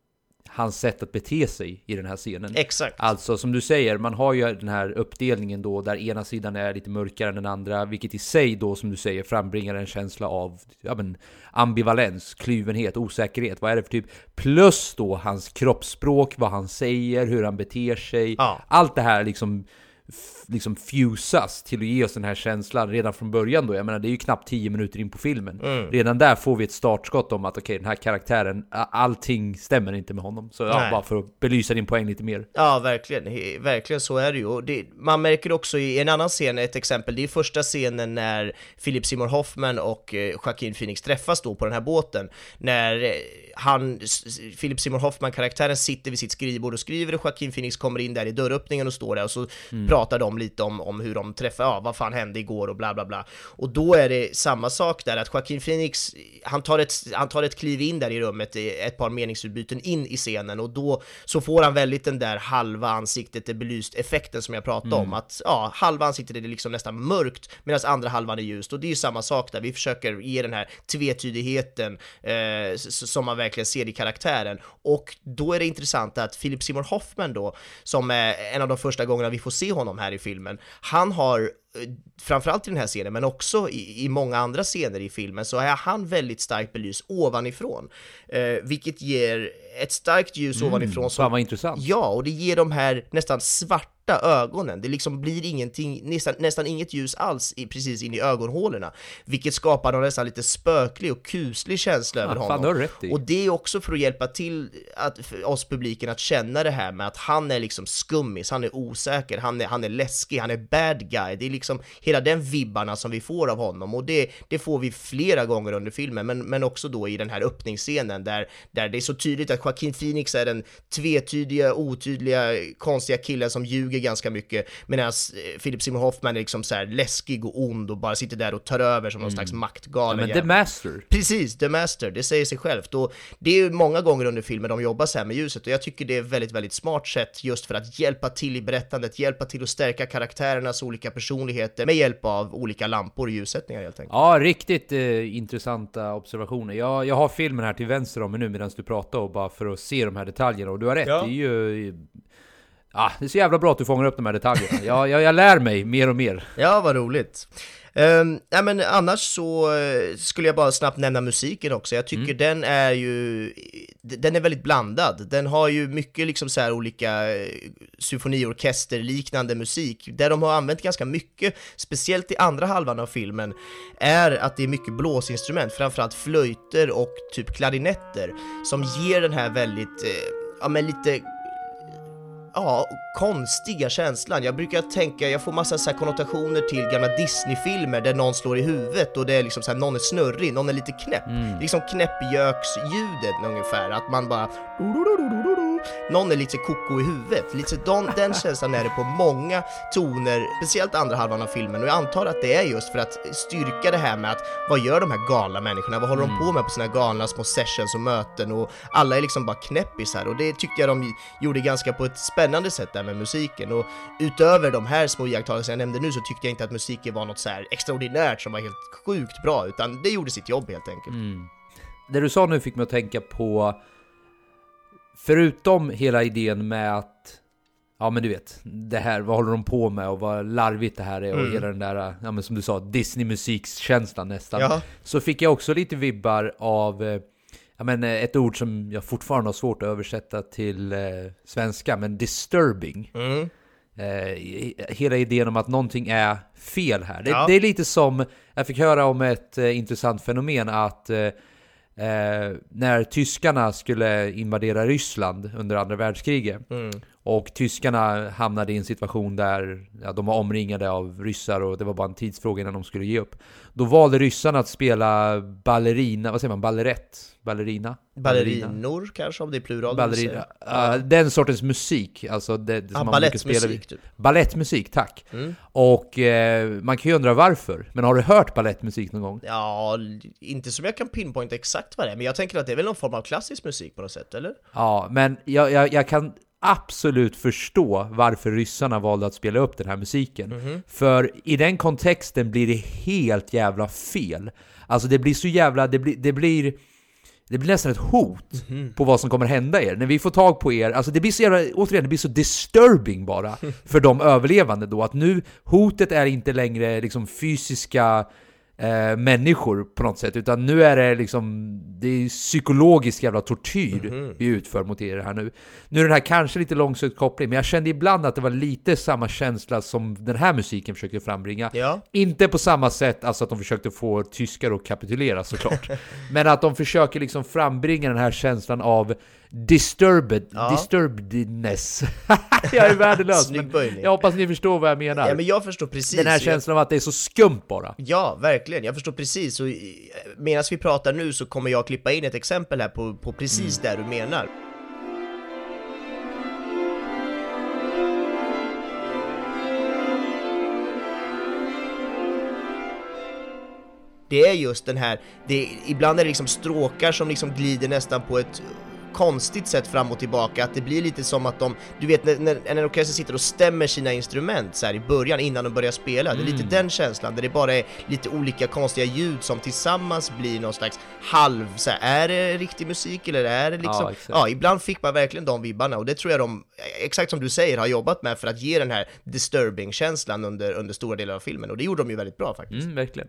hans sätt att bete sig i den här scenen. Exakt. Alltså som du säger, man har ju den här uppdelningen då där ena sidan är lite mörkare än den andra, vilket i sig då som du säger frambringar en känsla av ja, men, ambivalens, kluvenhet, osäkerhet. Vad är det för typ? Plus då hans kroppsspråk, vad han säger, hur han beter sig. Ja. Allt det här liksom liksom fusas till att ge oss den här känslan redan från början då. Jag menar, det är ju knappt tio minuter in på filmen. Mm. Redan där får vi ett startskott om att okej, okay, den här karaktären, allting stämmer inte med honom. Så ja, bara för att belysa din poäng lite mer. Ja, verkligen. Verkligen så är det ju. Och det, man märker också i en annan scen, ett exempel, det är första scenen när Philip Seymour Hoffman och Joaquin Phoenix träffas då på den här båten. När han, Philip Seymour Hoffman-karaktären sitter vid sitt skrivbord och skriver, och Joaquin Phoenix kommer in där i dörröppningen och står där och så mm. pratar de lite om, om hur de träffar, ja, vad fan hände igår och bla bla bla. Och då är det samma sak där, att Joaquin Phoenix, han tar ett, han tar ett kliv in där i rummet, ett par meningsutbyten in i scenen, och då så får han väldigt den där halva ansiktet är belyst effekten som jag pratade mm. om, att ja, halva ansiktet är det liksom nästan mörkt medan andra halvan är ljust, och det är ju samma sak där, vi försöker ge den här tvetydigheten eh, som man verkligen ser i karaktären. Och då är det intressant att Philip Seymour Hoffman då, som är en av de första gångerna vi får se honom här i filmen, han har framförallt i den här scenen, men också i, i många andra scener i filmen, så är han väldigt starkt belyst ovanifrån, eh, vilket ger ett starkt ljus mm, ovanifrån som, fan vad intressant. Ja, och det ger de här nästan svarta svarta ögonen. Det liksom blir ingenting, nästan, nästan inget ljus alls i, precis in i ögonhålorna, vilket skapar någon nästan lite spöklig och kuslig känsla över ja, honom. fan, rätt i. Och det är också för att hjälpa till att, för oss publiken att känna det här med att han är liksom skummis, han är osäker, han är, han är läskig, han är bad guy. Det är liksom hela den vibbarna som vi får av honom, och det, det får vi flera gånger under filmen, men, men också då i den här öppningsscenen där, där det är så tydligt att Joaquin Phoenix är den tvetydiga, otydliga, konstiga killen som ljuger ganska mycket, medan Philip Seymour Hoffman är liksom så här läskig och ond och bara sitter där och tar över som någon mm. slags maktgalen. Ja, men The Master. Precis, The Master, det säger sig självt. Och det är ju många gånger under filmen de jobbar så här med ljuset, och jag tycker det är väldigt, väldigt smart sätt just för att hjälpa till i berättandet, hjälpa till att stärka karaktärernas olika personligheter med hjälp av olika lampor och ljussättningar helt enkelt. Ja, riktigt eh, intressanta observationer. Jag, jag har filmen här till vänster om mig nu medan du pratar, och bara för att se de här detaljerna, och du har rätt, ja. Det är ju... Ja, det är så jävla bra att du fångar upp de här detaljerna. Jag, jag, jag lär mig mer och mer. Ja, vad roligt. Um, ja, men annars så uh, skulle jag bara snabbt nämna musiken också. Jag tycker mm. den är ju den är väldigt blandad. Den har ju mycket liksom så här olika uh, symfoniorkester-liknande musik där de har använt ganska mycket, speciellt i andra halvan av filmen, är att det är mycket blåsinstrument, framförallt flöjter och typ klarinetter, som ger den här väldigt, uh, ja men lite ja, konstiga känslan. Jag brukar tänka, jag får massa så här konnotationer till gamla Disney-filmer där någon slår i huvudet och det är liksom så här, någon är snurrig, någon är lite knäpp. Mm. Liksom knäppjöksljudet ungefär, att man bara någon är lite koko i huvudet. Lite den, den känslan är det på många toner, speciellt andra halvan av filmen, och jag antar att det är just för att styrka det här med att vad gör de här galna människorna? Vad håller mm. de på med på sina galna små sessions och möten, och alla är liksom bara knäppis här, och det tyckte jag de gjorde ganska på ett spännande sätt där med musiken. Och utöver de här små iakttagelser jag nämnde nu, så tyckte jag inte att musiken var något så här extraordinärt som var helt sjukt bra, utan det gjorde sitt jobb helt enkelt. Mm. Det du sa nu fick mig att tänka på, förutom hela idén med att, ja men du vet, det här, vad håller de på med och vad larvigt det här är, och mm. hela den där, ja men som du sa, Disney-musikskänslan nästan, ja. Så fick jag också lite vibbar av, ja men ett ord som jag fortfarande har svårt att översätta till eh, svenska, men disturbing. Mm. Eh, hela idén om att någonting är fel här. Det, ja. det är lite som, jag fick höra om ett eh, intressant fenomen, att eh, Eh, när tyskarna skulle invadera Ryssland under andra världskriget, mm. och tyskarna hamnade i en situation där ja, de var omringade av ryssar och det var bara en tidsfråga innan de skulle ge upp. Då valde ryssarna att spela ballerina, vad säger man, ballerett? Ballerina? Ballerinor kanske, om det är plural. Ballerina. Uh, den sortens musik, alltså det, det som ah, man ballettmusik typ. Ballettmusik, tack. Mm. Och eh, man kan ju undra varför. Men har du hört ballettmusik någon gång? Ja, inte som jag kan pinpointa exakt vad det är, men jag tänker att det är väl någon form av klassisk musik på något sätt, eller? Ja, men jag, jag, jag kan absolut förstå varför ryssarna valde att spela upp den här musiken. Mm-hmm. För i den kontexten blir det helt jävla fel. Alltså det blir så jävla, det blir, det blir Det blir nästan ett hot mm-hmm. på vad som kommer hända er. När vi får tag på er, alltså det blir så jävla, återigen, det blir så disturbing bara för de överlevande då. Att nu, hotet är inte längre liksom fysiska eh, människor på något sätt. Utan nu är det liksom, det är psykologisk jävla tortyr mm-hmm. vi utför mot er här nu. Nu är den här kanske lite långsökt koppling, men jag kände ibland att det var lite samma känsla som den här musiken försökte frambringa. Ja. Inte på samma sätt, alltså att de försökte få tyskar att kapitulera såklart. Men att de försöker liksom frambringa den här känslan av disturbed, ja. disturbedness. Jag är värdelös, men jag hoppas ni förstår vad jag menar. Ja, men jag förstår precis. Den här känslan av att det är så skumt bara. Ja, verkligen. Jag förstår precis. Och medan vi pratar nu så kommer jag klippa in ett exempel här på, på precis mm. där du menar. Det är just den här, det, ibland är det liksom stråkar som liksom glider nästan på ett konstigt sätt fram och tillbaka, att det blir lite som att de, du vet när, när en orkester sitter och stämmer sina instrument så här i början innan de börjar spela, mm. det är lite den känslan där det bara är lite olika konstiga ljud som tillsammans blir någon slags halv, så här, är det riktig musik eller är det liksom, ja, ja, ibland fick man verkligen de vibbarna, och det tror jag de, exakt som du säger, har jobbat med för att ge den här disturbing-känslan under, under stora delar av filmen, och det gjorde de ju väldigt bra faktiskt. Mm, verkligen.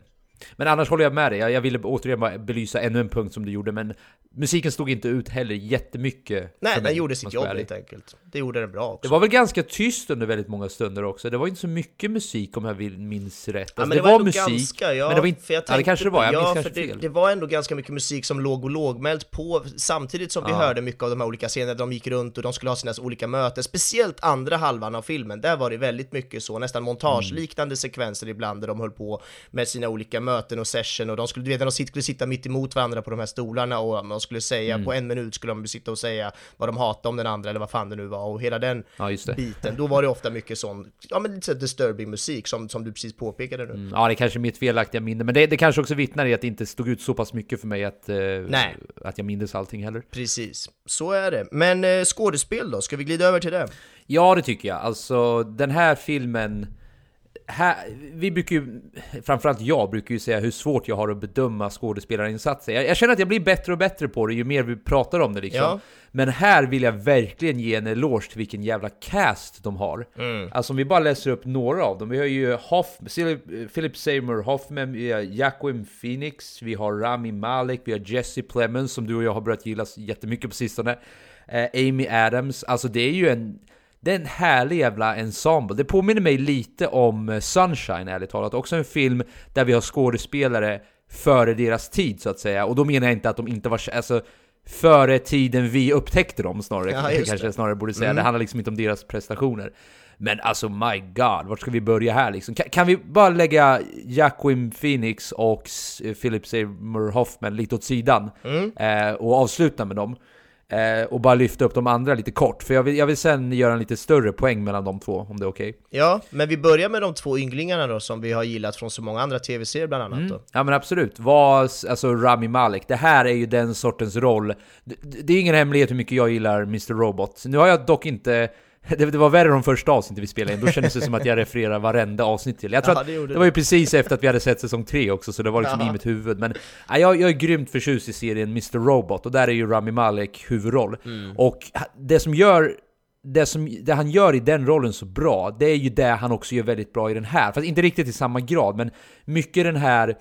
Men annars håller jag med dig. Jag, jag ville återigen bara belysa ännu en punkt som du gjorde, men musiken stod inte ut heller jättemycket. Nej, den gjorde sitt jobb helt enkelt. Det gjorde den bra också. Det var väl ganska tyst under väldigt många stunder också. Det var inte så mycket musik om jag vill minns rätt. Alltså, ja, men det, det var, var musik, ganska, ja, men det var inte... För ja, det kanske det var, jag minns ja, kanske för fel. Det, det var ändå ganska mycket musik som låg och lågmält på, samtidigt som vi ja. hörde mycket av de här olika scenerna. De gick runt och de skulle ha sina olika möten. Speciellt andra halvan av filmen, där var det väldigt mycket så, nästan montageliknande mm. sekvenser ibland, där de höll på med sina olika möten och session, och de skulle, du vet, när de skulle sitta mitt emot varandra på de här stolarna, och man skulle säga, mm. på en minut skulle de sitta och säga vad de hatade om den andra, eller vad fan det nu var, och hela den ja, biten, då var det ofta mycket sån, ja men lite så disturbing musik, som, som du precis påpekade nu. Mm, ja, det är kanske mitt felaktiga minne, men det, det kanske också vittnar i att det inte stod ut så pass mycket för mig att, eh, Nej. att jag minns allting heller. Precis, så är det. Men eh, skådespel då, ska vi glida över till det? Ja, det tycker jag. Alltså, den här filmen... Här, vi brukar ju, framförallt jag brukar ju säga hur svårt jag har att bedöma skådespelarinsatser. Jag, jag känner att jag blir bättre och bättre på det ju mer vi pratar om det liksom. Ja. Men här vill jag verkligen ge en eloge till vilken jävla cast de har. Mm. Alltså om vi bara läser upp några av dem. Vi har ju Hoff, Philip Seymour Hoffman, vi har Joaquin Phoenix, vi har Rami Malek, vi har Jesse Plemons som du och jag har börjat gilla jättemycket på sistone. Eh, Amy Adams, alltså det är ju en... Det är en härlig jävla ensemble. Det påminner mig lite om Sunshine, ärligt talat. Också en film där vi har skådespelare före deras tid, så att säga. Och då menar jag inte att de inte var... Alltså, före tiden vi upptäckte dem, snarare. Ja, kanske jag snarare borde säga. Mm. Det handlar liksom inte om deras prestationer. Men alltså, my god, vart ska vi börja här liksom? Kan, kan vi bara lägga Joaquin Phoenix och Philip Seymour Hoffman lite åt sidan? Mm. Eh, och avsluta med dem? Eh, och bara lyfta upp de andra lite kort. För jag vill, jag vill sen göra en lite större poäng mellan de två, om det är okej. Okay. Ja, men vi börjar med de två ynglingarna då, som vi har gillat från så många andra tv-serier bland annat då. Mm. Ja men absolut. Vad, alltså Rami Malek, det här är ju den sortens roll. Det, det är ingen hemlighet hur mycket jag gillar mister Robot. Nu har jag dock inte... Det, det var värre de första avsnitten vi spelade in. Då kändes det som att jag refererar varenda avsnitt till. Jag tror ja, att det, det var ju precis efter att vi hade sett säsong tre också, så det var liksom ja. i mitt huvud. Men ja, jag, jag är grymt förtjust i serien mister Robot, och där är ju Rami Malek huvudroll. Mm. Och det som gör det, som, det han gör i den rollen så bra, det är ju det han också gör väldigt bra i den här. Fast inte riktigt i samma grad, men mycket den här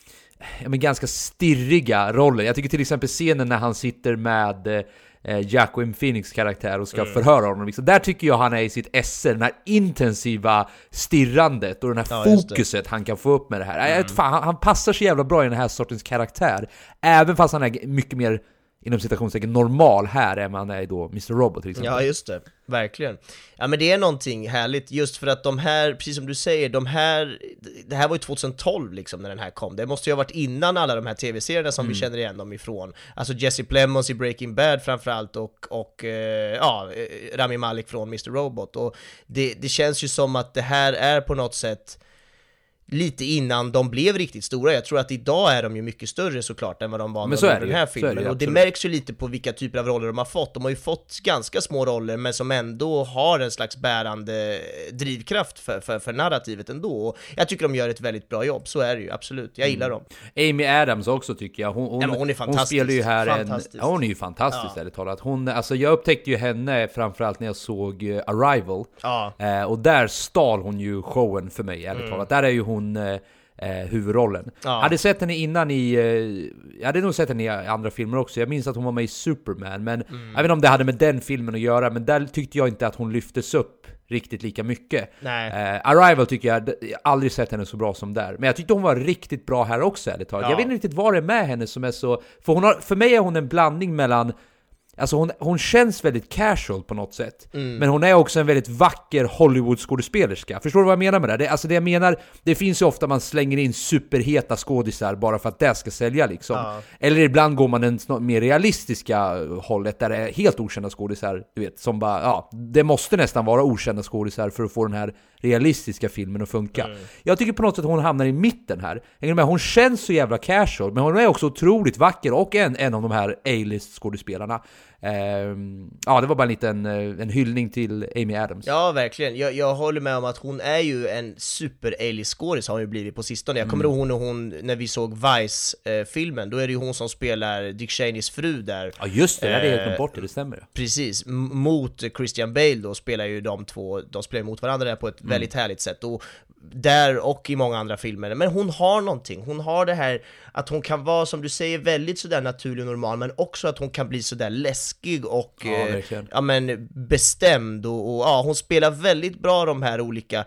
ja, men ganska stirriga rollen. Jag tycker till exempel scenen när han sitter med eh, Joaquin Phoenix karaktär och ska mm. förhöra honom. Liksom. Där tycker jag han är i sitt esse, den här intensiva stirrandet och den här ja, fokuset han kan få upp med det här. Mm. Fan, han, han passar så jävla bra i den här sortens karaktär. Även fast han är mycket mer inom citationstecken normal här än man är då mister Robot till exempel. Ja, just det. Verkligen. Ja, men det är någonting härligt just för att de här, precis som du säger, de här, det här var ju tjugohundratolv liksom när den här kom. Det måste ju ha varit innan alla de här tv-serierna som mm. vi känner igen dem ifrån. Alltså Jesse Plemons i Breaking Bad framförallt och, och eh, ja, Rami Malek från mister Robot. Och det, det känns ju som att det här är på något sätt lite innan de blev riktigt stora. Jag tror att idag är de ju mycket större såklart än vad de var när de den här filmen. Det, och det märks ju lite på vilka typer av roller de har fått. De har ju fått ganska små roller men som ändå har en slags bärande drivkraft för, för, för narrativet ändå. Och jag tycker de gör ett väldigt bra jobb, så är det ju, absolut. Jag gillar dem. Amy Adams också tycker jag. Hon, hon, ja, hon är fantastisk. Hon spelar ju här en, ja, hon är ju fantastisk, ja. talat. Hon, alltså jag upptäckte ju henne framförallt när jag såg uh, Arrival. Ja. Uh, och där stal hon ju showen för mig, ärligt talat. Mm. Där är ju hon Eh, huvudrollen. Ja. Hade sett henne innan i eh, jag hade nog sett henne i andra filmer också. Jag minns att hon var med i Superman, men mm. jag vet inte om det hade med den filmen att göra, men där tyckte jag inte att hon lyftes upp riktigt lika mycket. Nej. Eh, Arrival tycker jag, jag aldrig sett henne så bra som där. Men jag tyckte hon var riktigt bra här också, ärligt talat. Ja. Jag vet inte riktigt vad det är med henne som är så, för hon har, för mig är hon en blandning mellan, alltså hon, hon känns väldigt casual på något sätt. Mm. Men hon är också en väldigt vacker Hollywood-skådespelerska. Förstår du vad jag menar med det? det? Alltså det jag menar, det finns ju ofta man slänger in superheta skådisar bara för att det ska sälja liksom. Ja. Eller ibland går man den mer realistiska hållet där det är helt okända skådisar, du vet, som bara, ja, det måste nästan vara okända skådisar för att få den här realistiska filmen att funka. Mm. Jag tycker på något sätt hon hamnar i mitten här. Hon känns så jävla casual, men hon är också otroligt vacker och en, en av de här A-list skådespelarna. Uh, ja, det var bara en liten en hyllning till Amy Adams. Ja, verkligen. Jag, jag håller med om att hon är ju en super A-list-skådis, har hon ju blivit på sistone. Jag kommer mm. ihåg hon och hon, när vi såg Vice-filmen, då är det ju hon som spelar Dick Cheneys fru där. Ja, just det, det hade jag helt bort, det stämmer. Precis, mot Christian Bale då spelar ju de två, de spelar mot varandra där på ett mm. väldigt härligt sätt. Och där och i många andra filmer. Men hon har någonting, hon har det här att hon kan vara, som du säger, väldigt sådär naturlig och normal, men också att hon kan bli sådär läskig och ja, eh, ja, men bestämd och, och ja, hon spelar väldigt bra de här olika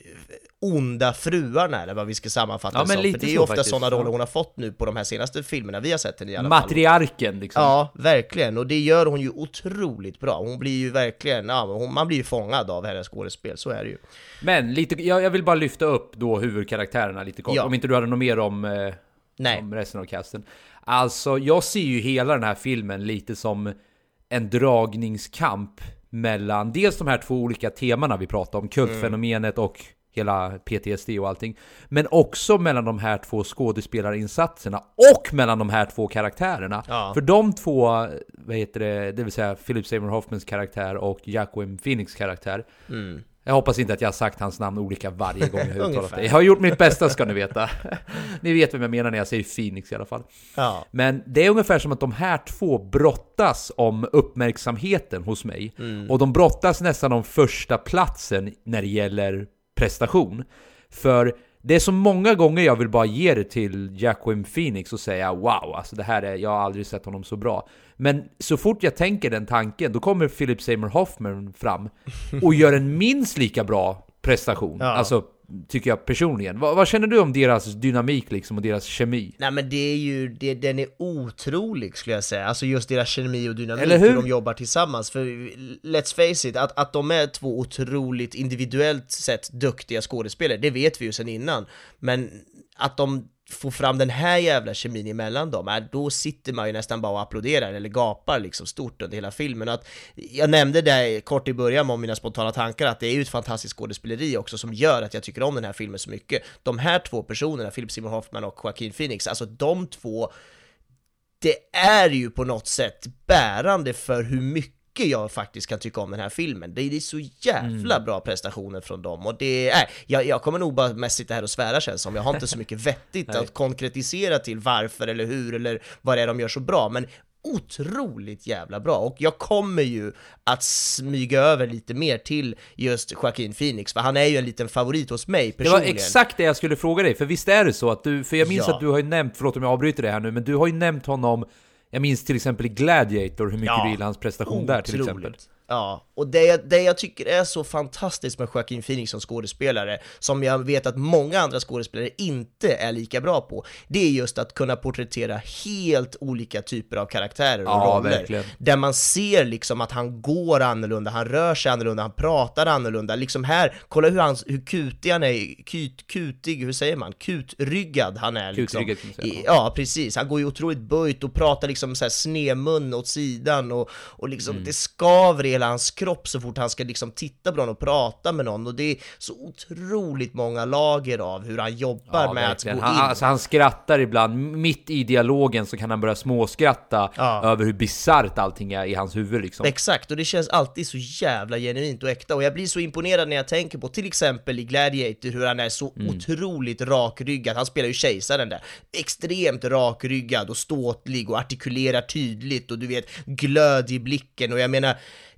onda fruarna, eller vad vi ska sammanfatta ja, det som. För det är ju ofta faktiskt. sådana roller hon har fått nu på de här senaste filmerna vi har sett henne i alla Matriarken fall. liksom. Ja, verkligen, och det gör hon ju otroligt bra. Hon blir ju verkligen, ja, hon, man blir ju fångad av hennes skådespel, så är det ju. Men lite, jag, jag vill bara lyfta upp då huvudkaraktärerna lite kort, ja. om inte du hade något mer om, eh, Nej. om resten av casten. Alltså, jag ser ju hela den här filmen lite som en dragningskamp mellan dels de här två olika temana vi pratar om, kultfenomenet mm. och hela P T S D och allting, men också mellan de här två skådespelarinsatserna och mellan de här två karaktärerna. Ja. För de två, vad heter det, det vill säga Philip Seymour Hoffmans karaktär och Joaquin Phoenix karaktär. Mm. Jag hoppas inte att jag har sagt hans namn olika varje gång jag har uttalat det. Jag har gjort mitt bästa, ska ni veta. Ni vet vem jag menar när jag säger Phoenix i alla fall. Ja. Men det är ungefär som att de här två brottas om uppmärksamheten hos mig. Mm. Och de brottas nästan om första platsen när det gäller prestation. För det är så många gånger jag vill bara ge det till Joaquin Phoenix och säga wow, alltså det här är, jag har aldrig sett honom så bra. Men så fort jag tänker den tanken, då kommer Philip Seymour Hoffman fram och gör en minst lika bra prestation. Ja. Alltså, tycker jag personligen. Vad, vad känner du om deras dynamik liksom och deras kemi? Nej, men det är ju, det, den är otrolig skulle jag säga. Alltså just deras kemi och dynamik, eller hur? hur de jobbar tillsammans. För let's face it, att, att de är två otroligt individuellt sett duktiga skådespelare, det vet vi ju sedan innan. Men att de få fram den här jävla kemin emellan dem, äh, då sitter man ju nästan bara och applåderar eller gapar liksom stort under hela filmen. Att, jag nämnde det kort i början om mina spontana tankar, att det är ju ett fantastiskt skådespeleri också som gör att jag tycker om den här filmen så mycket. De här två personerna, Philip Seymour Hoffman och Joaquin Phoenix, alltså de två, det är ju på något sätt bärande för hur mycket jag faktiskt kan tycka om den här filmen. Det är så jävla mm. bra prestationer från dem, och det är, jag, jag kommer nog bara mest sitta här och svära, känns som jag har inte så mycket vettigt att konkretisera till varför eller hur eller vad det är de gör så bra, men otroligt jävla bra. Och jag kommer ju att smyga över lite mer till just Joaquin Phoenix, för han är ju en liten favorit hos mig personligen. Det var exakt det jag skulle fråga dig, för visst är det så att du, för jag minns ja. att du har ju nämnt, förlåt om jag avbryter det här nu, men du har ju nämnt honom. Jag minns till exempel i Gladiator hur mycket ja, du gillar hans prestation otroligt. Där till exempel. Ja, och det jag, det jag tycker är så fantastiskt med Joaquin Phoenix som skådespelare, som jag vet att många andra skådespelare inte är lika bra på, det är just att kunna porträttera helt olika typer av karaktärer och ja, roller. Verkligen. Där man ser liksom att han går annorlunda, han rör sig annorlunda, han pratar annorlunda. Liksom här, kolla hur, han, hur kutig han är, kut, kutig, hur säger man? Kutryggad han är. Liksom. Kutryggad, ja, precis. Han går ju otroligt böjt och pratar liksom så här snemun åt sidan, och, och liksom mm. det skaver i hela hans kropp så fort han ska liksom titta på någon och prata med någon, och det är så otroligt många lager av hur han jobbar ja, med verkligen. Att gå in. Han, alltså, han skrattar ibland, mitt i dialogen så kan han börja småskratta ja. Över hur bizarrt allting är i hans huvud liksom. Exakt, och det känns alltid så jävla genuint och äkta, och jag blir så imponerad när jag tänker på till exempel i Gladiator hur han är så mm. otroligt rakryggad. Han spelar ju kejsaren där, extremt rakryggad och ståtlig och artikulerar tydligt, och du vet, glöd i blicken, och jag menar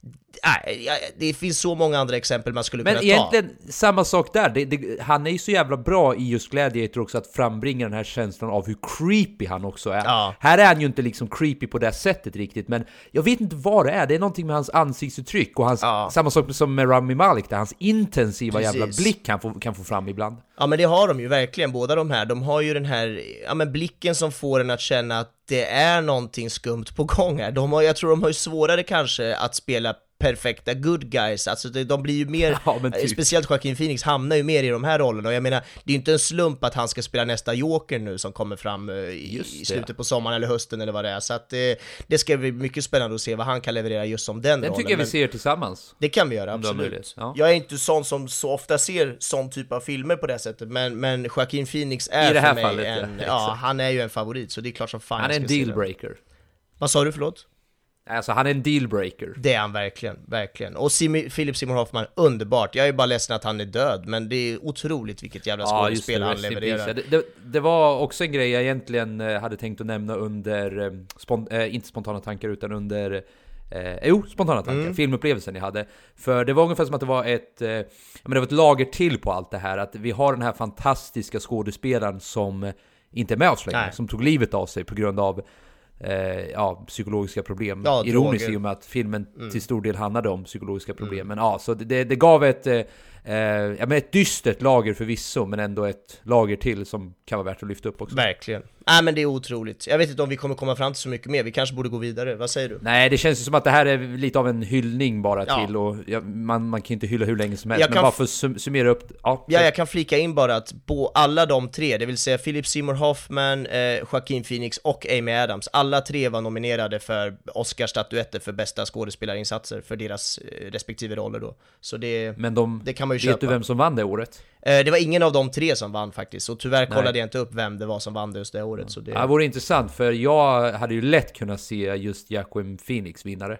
nej, det finns så många andra exempel man skulle men kunna ta. Men egentligen samma sak där. Det, det, han är ju så jävla bra i just Gladiator också att frambringa den här känslan av hur creepy han också är. Ja. Här är han ju inte liksom creepy på det sättet riktigt, men jag vet inte vad det är. Det är någonting med hans ansiktsuttryck och hans, ja. Samma sak som med Rami Malek där, hans intensiva Precis. Jävla blick han får, kan få fram ibland. Ja, men det har de ju verkligen, båda de här. De har ju den här ja, men blicken som får en att känna att det är någonting skumt på gång här. De har, jag tror de har ju svårare kanske att spela perfekta good guys, alltså de, de blir ju mer, ja, typ. Speciellt Joaquin Phoenix hamnar ju mer i de här rollerna, och jag menar, det är ju inte en slump att han ska spela nästa Joker nu som kommer fram uh, i, i slutet på sommaren eller hösten eller vad det är, så att uh, det ska bli mycket spännande att se vad han kan leverera just som den, den rollen. Den tycker jag vi ser tillsammans. Det kan vi göra, absolut. Ja. Jag är inte sån som så ofta ser sån typ av filmer på det sättet, men, men Joaquin Phoenix är I det här för mig fallet, en, ja, ja, han är ju en favorit, så det är klart som fan han är en dealbreaker. Vad sa du, förlåt? Alltså han är en dealbreaker. Det är han verkligen, verkligen. Och Sim- Philip Seymour Hoffman, underbart. Jag är bara ledsen att han är död, men det är otroligt vilket jävla skådespel ja, han levererar. Det, det, det var också en grej jag egentligen hade tänkt att nämna under, spon- äh, inte spontana tankar utan under Eh, jo, spontana tankar. Mm. Filmupplevelsen jag hade. För det var ungefär som att det var ett, eh, men det var ett lager till på allt det här. Att vi har den här fantastiska skådespelaren som inte är med oss längre. Som tog livet av sig på grund av eh, ja, psykologiska problem. Ja, ironiskt i och med att filmen mm. till stor del handlade om psykologiska problem. Mm. Men ja, så det, det gav ett, eh, ja, men ett dystert lager förvisso, men ändå ett lager till som kan vara värt att lyfta upp också. Verkligen. Nej, men det är otroligt. Jag vet inte om vi kommer komma fram till så mycket mer. Vi kanske borde gå vidare. Vad säger du? Nej, det känns ju som att det här är lite av en hyllning bara ja. till. Och ja, man, man kan inte hylla hur länge som helst. Jag men kan bara f- för att sum- summera upp. Ja, ja, jag kan flika in bara att på alla de tre, det vill säga Philip Seymour Hoffman, eh, Joaquin Phoenix och Amy Adams, alla tre var nominerade för Oscar-statyetter för bästa skådespelarinsatser för deras eh, respektive roller då. Så det, men de, det kan man ju vet köpa. du vem som vann det året? Eh, det var ingen av de tre som vann faktiskt. Så tyvärr kollade Nej. jag inte upp vem det var som vann just det året. Så det... Ja, det vore intressant, för jag hade ju lätt kunnat se just Joaquin Phoenix vinnare.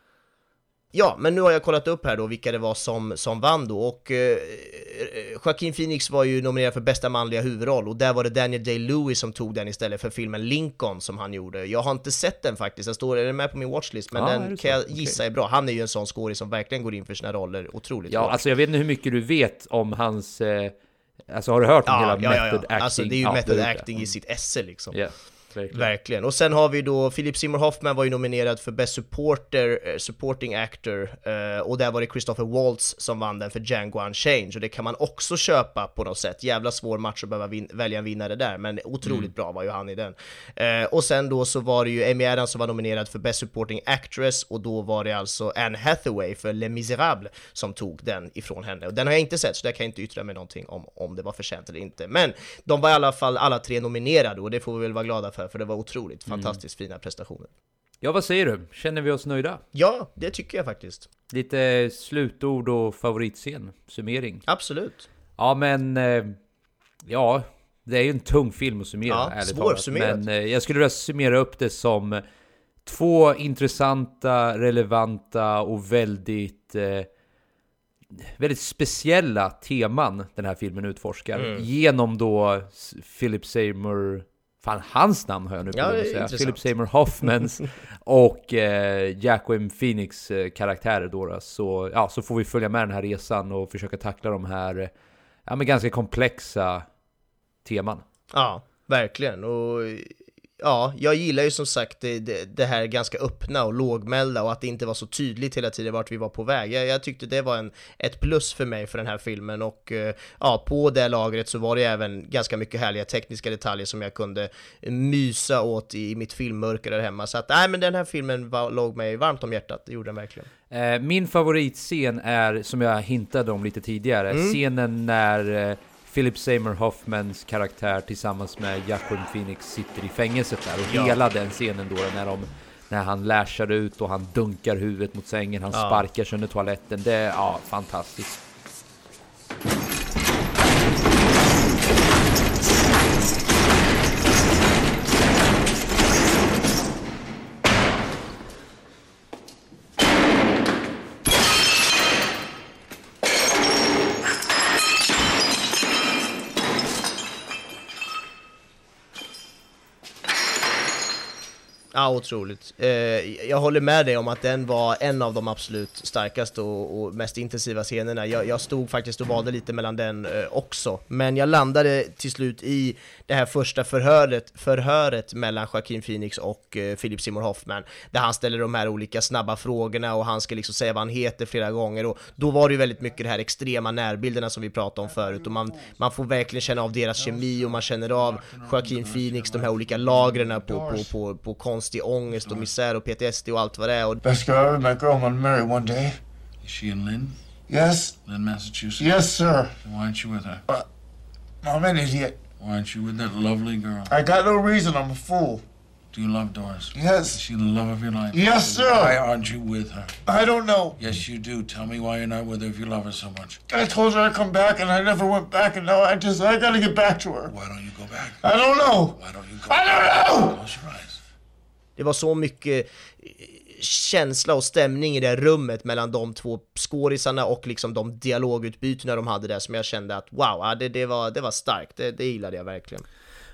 Ja, men nu har jag kollat upp här då vilka det var som, som vann då. Och eh, Joaquin Phoenix var ju nominerad för bästa manliga huvudroll. Och där var det Daniel Day-Lewis som tog den istället för filmen Lincoln som han gjorde. Jag har inte sett den faktiskt, den står den med på min watchlist. Men ah, den kan jag gissa är bra. Han är ju en sån skådis som verkligen går in för sina roller otroligt Ja, bra. alltså jag vet inte hur mycket du vet om hans... Eh, alltså har du hört om ja, hela ja, method ja, ja. acting? Alltså det är ju ja, method det är acting det. i sitt esse liksom. Yeah. Verkligen. Verkligen. Och sen har vi då Philip Seymour Hoffman var ju nominerad för Best Supporter, eh, Supporting Actor eh, och där var det Christopher Waltz som vann den för Django Unchained, och det kan man också köpa på något sätt. Jävla svår match att behöva vin- välja en vinnare där, men otroligt mm. bra var ju han i den. Eh, och sen då så var det ju Amy Adams som var nominerad för Best Supporting Actress, och då var det alltså Anne Hathaway för Les Misérables som tog den ifrån henne. Och den har jag inte sett, så där kan jag inte yttra mig någonting om om det var förtjänt eller inte. Men de var i alla fall alla tre nominerade, och det får vi väl vara glada för. För det var otroligt fantastiskt mm. fina prestationer. Ja, vad säger du? Känner vi oss nöjda? Ja, det tycker jag faktiskt. Lite slutord och favoritscen, summering. Absolut. Ja, men... Eh, ja, det är ju en tung film att summera, ja, ärligt talat. Men eh, jag skulle vilja summera upp det som två intressanta, relevanta och väldigt... Eh, väldigt speciella teman den här filmen utforskar. Mm. Genom då Philip Seymour... Fan, hans namn har jag nu på ja, att säga. Philip Seymour Hoffmans och eh, Joaquin Phoenix eh, karaktärer då. Så, ja, så får vi följa med den här resan och försöka tackla de här ja, men ganska komplexa teman. Ja, verkligen. Och ja, jag gillar ju som sagt det, det, det här ganska öppna och lågmälda, och att det inte var så tydligt hela tiden vart vi var på väg. Jag, jag tyckte det var en, ett plus för mig för den här filmen, och ja, på det lagret så var det även ganska mycket härliga tekniska detaljer som jag kunde mysa åt i, i mitt filmmörker där hemma. Så att nej, men den här filmen var, låg mig varmt om hjärtat, det gjorde den verkligen. Eh, min favoritscen är, som jag hintade om lite tidigare, mm. scenen när... Eh, Philip Seymour Hoffmans karaktär tillsammans med Joaquin Phoenix sitter i fängelset där, och ja. hela den scenen då när, de, när han lashar ut och han dunkar huvudet mot sängen, han ja. sparkar sönder toaletten, det är ja, fantastiskt. Ja, otroligt. Eh, jag håller med dig om att den var en av de absolut starkaste och, och mest intensiva scenerna. Jag, jag stod faktiskt och valde lite mellan den eh, också. Men jag landade till slut i det här första förhöret, förhöret mellan Joaquin Phoenix och eh, Philip Seymour Hoffman. Där han ställer de här olika snabba frågorna och han ska liksom säga vad han heter flera gånger. Och då var det ju väldigt mycket det här extrema närbilderna som vi pratade om förut. Och man, man får verkligen känna av deras kemi, och man känner av Joaquin Phoenix, de här olika lagren på, på, på, på konstig ångest och misär och P T S D och allt vad det är. Och best girl I ever met, girl I'm gonna marry one day. Is she in Lynn? Yes. Lynn, Massachusetts? Yes, sir. Then why aren't you with her? Uh, I'm an idiot. Why aren't you with that lovely girl? I got no reason, I'm a fool. Do you love Doris? Yes. Is she the love of your life? Yes, sir. Why aren't you with her? I don't know. Yes, you do. Tell me why you're not with her if you love her so much. I told her I'd come back and I never went back, and now I just, I gotta get back to her. Why don't you go back? I don't know. Why don't you go I don't back? know! Close your eyes. Det var så mycket känsla och stämning i det rummet mellan de två skådisarna och liksom de dialogutbytena de hade där, som jag kände att wow, det, det, var, det var starkt, det, det gillade jag verkligen.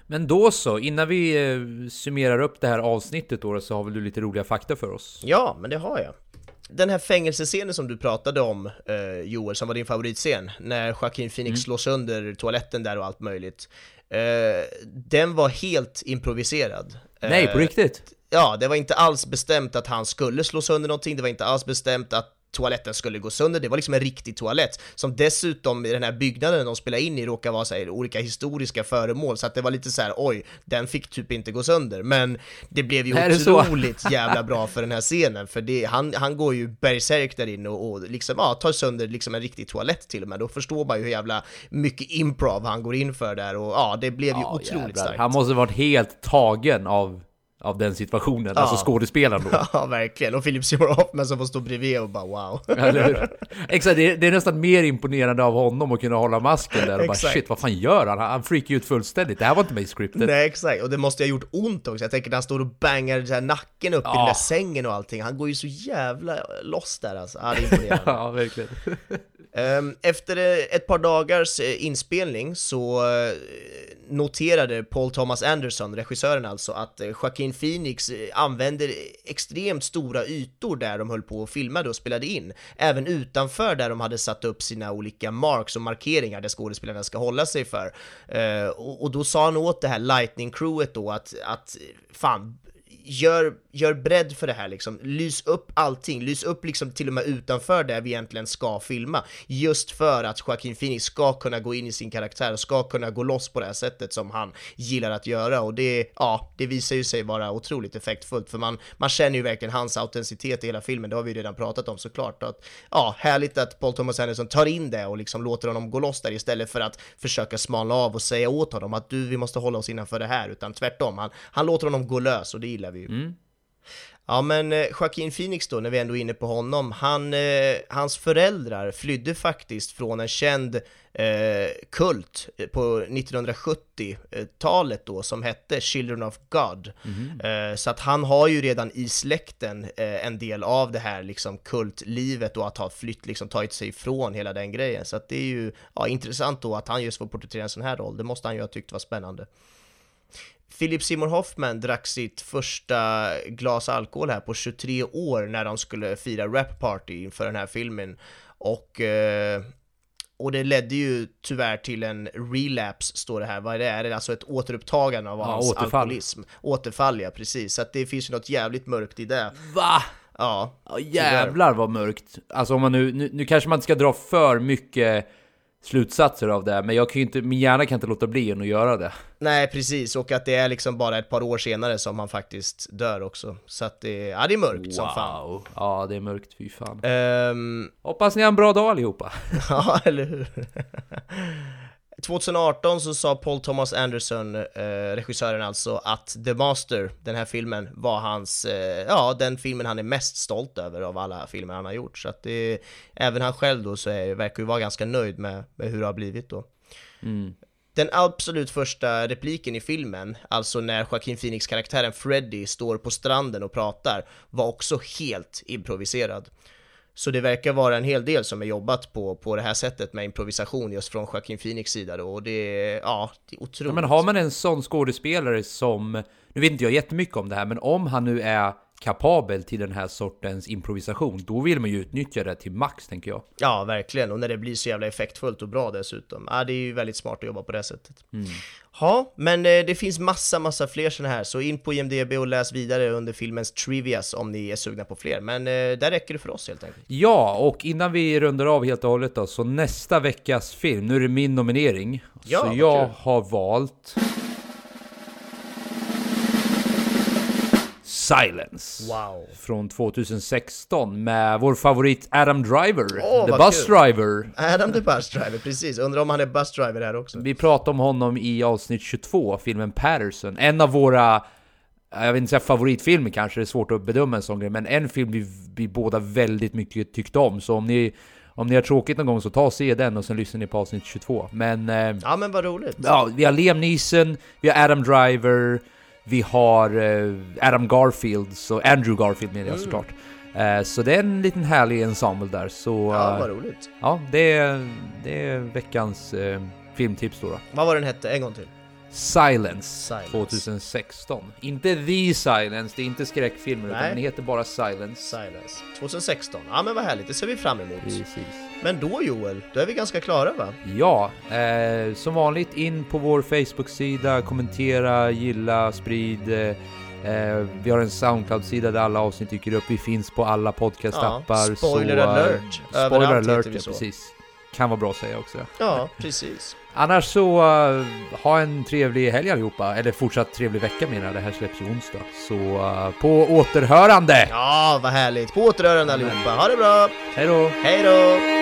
Men då så, innan vi eh, summerar upp det här avsnittet då, så har väl du lite roliga fakta för oss? Ja, men det har jag. Den här fängelsescenen som du pratade om, eh, Joel, som var din favoritscen, när Joaquin Phoenix mm. slår sönder toaletten där och allt möjligt, eh, den var helt improviserad. Nej, på riktigt? Ja, det var inte alls bestämt att han skulle slå sönder någonting, det var inte alls bestämt att toaletten skulle gå sönder, det var liksom en riktig toalett som dessutom i den här byggnaden de spelar in i råkar vara så här, olika historiska föremål, så att det var lite så här: oj, den fick typ inte gå sönder, men det blev ju otroligt jävla bra för den här scenen, för det, han, han går ju berserk där inne och, och liksom, ja, tar sönder liksom en riktig toalett till och med, då förstår man ju hur jävla mycket improv han går in för där, och ja, det blev ju ja, otroligt jävlar. starkt. Han måste varit helt tagen av av den situationen, ja. Alltså skådespelaren då. Ja, verkligen. Och Philip Seymour Hoffman som får stå bredvid och bara wow. Exakt, det är, det är nästan mer imponerande av honom att kunna hålla masken där och bara shit, vad fan gör han? Han freakar ju ut fullständigt. Det här var inte med i scriptet. Nej, exakt. Och det måste ha gjort ont också. Jag tänker när han står och bangar så här nacken upp ja. i den där sängen och allting. Han går ju så jävla loss där alltså. Ja, det är imponerande. Ja, verkligen. Efter ett par dagars inspelning så noterade Paul Thomas Anderson, regissören alltså, att Joaquin Phoenix använde extremt stora ytor där de höll på och filmade och spelade in, även utanför där de hade satt upp sina olika marks och markeringar där skådespelarna ska hålla sig för. Och då sa han åt det här lightning crewet då att, att fan, Gör, gör bredd för det här liksom, lys upp allting, lys upp liksom till och med utanför där vi egentligen ska filma, just för att Joaquin Phoenix ska kunna gå in i sin karaktär och ska kunna gå loss på det här sättet som han gillar att göra, och det, ja, det visar ju sig vara otroligt effektfullt, för man, man känner ju verkligen hans autenticitet i hela filmen, det har vi ju redan pratat om såklart, att, ja, härligt att Paul Thomas Anderson tar in det och liksom låter honom gå loss där istället för att försöka smalna av och säga åt honom att du, vi måste hålla oss innanför det här, utan tvärtom, han, han låter honom gå lös, och det gillar vi ju. Mm. Ja, men Joaquin Phoenix då, när vi ändå är inne på honom, han, eh, hans föräldrar flydde faktiskt från en känd eh, kult på nittonhundrasjuttio-talet då, som hette Children of God. Mm. Eh, så att han har ju redan i släkten eh, en del av det här liksom kultlivet, och att ha flytt, liksom tagit sig ifrån hela den grejen. Så att det är ju ja, intressant då att han just får porträttera en sån här roll. Det måste han ju ha tyckt var spännande. Philip Seymour Hoffman drack sitt första glas alkohol här på tjugotre år när de skulle fira rap party inför den här filmen, och, och det ledde ju tyvärr till en relapse, står det här. Vad är det? Är det alltså ett återupptagande av ja, hans återfall. alkoholism? Återfall, ja, precis. Så att det finns ju något jävligt mörkt i det. Va? Ja. Ja, jävlar vad mörkt. Alltså om man nu, nu, nu kanske man inte ska dra för mycket slutsatser av det, men jag kan ju inte, min hjärna kan inte låta bli att göra det. Nej, precis, och att det är liksom bara ett par år senare som han faktiskt dör också. Så att det, ja, det är mörkt wow. som fan. Ja, det är mörkt, fy fan. Um, Hoppas ni har en bra dag allihopa. Ja, eller hur? tjugo arton så sa Paul Thomas Anderson, eh, regissören alltså, att The Master, den här filmen, var hans, eh, ja, den filmen han är mest stolt över av alla filmer han har gjort. Så att det, även han själv då så är, verkar ju vara ganska nöjd med, med hur det har blivit då. Mm. Den absolut första repliken i filmen, alltså när Joaquin Phoenix karaktären Freddy står på stranden och pratar, var också helt improviserad. Så det verkar vara en hel del som är jobbat på, på det här sättet med improvisation just från Joaquin Phoenix sida då, och det är, ja, det är otroligt. Ja, men har man en sån skådespelare som, nu vet inte jag jättemycket om det här, men om han nu är kapabel till den här sortens improvisation, då vill man ju utnyttja det till max, tänker jag. Ja, verkligen, och när det blir så jävla effektfullt och bra dessutom. Ja, det är ju väldigt smart att jobba på det sättet. Mm. Ja, men eh, det finns massa, massa fler såna här, så in på I M D B och läs vidare under filmens trivias om ni är sugna på fler. Men eh, där räcker det för oss helt enkelt. Ja, och innan vi rundar av helt och hållet då, så nästa veckas film, nu är det min nominering. Ja, så jag kul. har valt Silence. Wow. Från tjugohundrasexton med vår favorit Adam Driver, oh, The Bus kul. Driver. Adam the Bus Driver, precis. Undrar om han är bus driver här också. Vi pratade om honom i avsnitt tjugotvå, filmen Patterson. En av våra, jag vet inte säga favoritfilmer kanske, det är svårt att bedöma en sån grej, men en film vi, vi båda väldigt mycket tyckte om. Så om ni Om ni har tråkigt någon gång så ta och se den och sen lyssnar ni på avsnitt tjugotvå. Men, eh, ja, men vad roligt. Ja, vi har Liam Neeson, vi har Adam Driver, vi har eh, Adam Garfield, så Andrew Garfield menar jag mm. såklart. Eh, så det är en liten härlig ensemble där. Så, ja, vad roligt. Ja, det är, det är veckans eh, filmtips då, då. Vad var den hette? En gång till. Silence, Silence. tjugohundrasexton. Inte The Silence, det är inte skräckfilmer, Nej. utan den heter bara Silence. Silence. tjugohundrasexton. Ja men vad härligt, det ser vi fram emot. Precis. Men då Joel, då är vi ganska klara va? Ja, eh, som vanligt in på vår Facebook-sida, kommentera, gilla, sprid. Eh, vi har en Soundcloud-sida där alla avsnitt dyker upp. Vi finns på alla podcast-appar. Ja, spoiler så, alert. Spoiler Överallt alert, heter vi ja, så. precis. Kan vara bra att säga också. Ja, precis. Annars så uh, ha en trevlig helg allihopa. Eller fortsatt trevlig vecka menar jag. Det här släpps ju onsdag. Så uh, på återhörande! Ja, vad härligt. På återhörande allihopa. Ha det bra. Hej då! Hej då!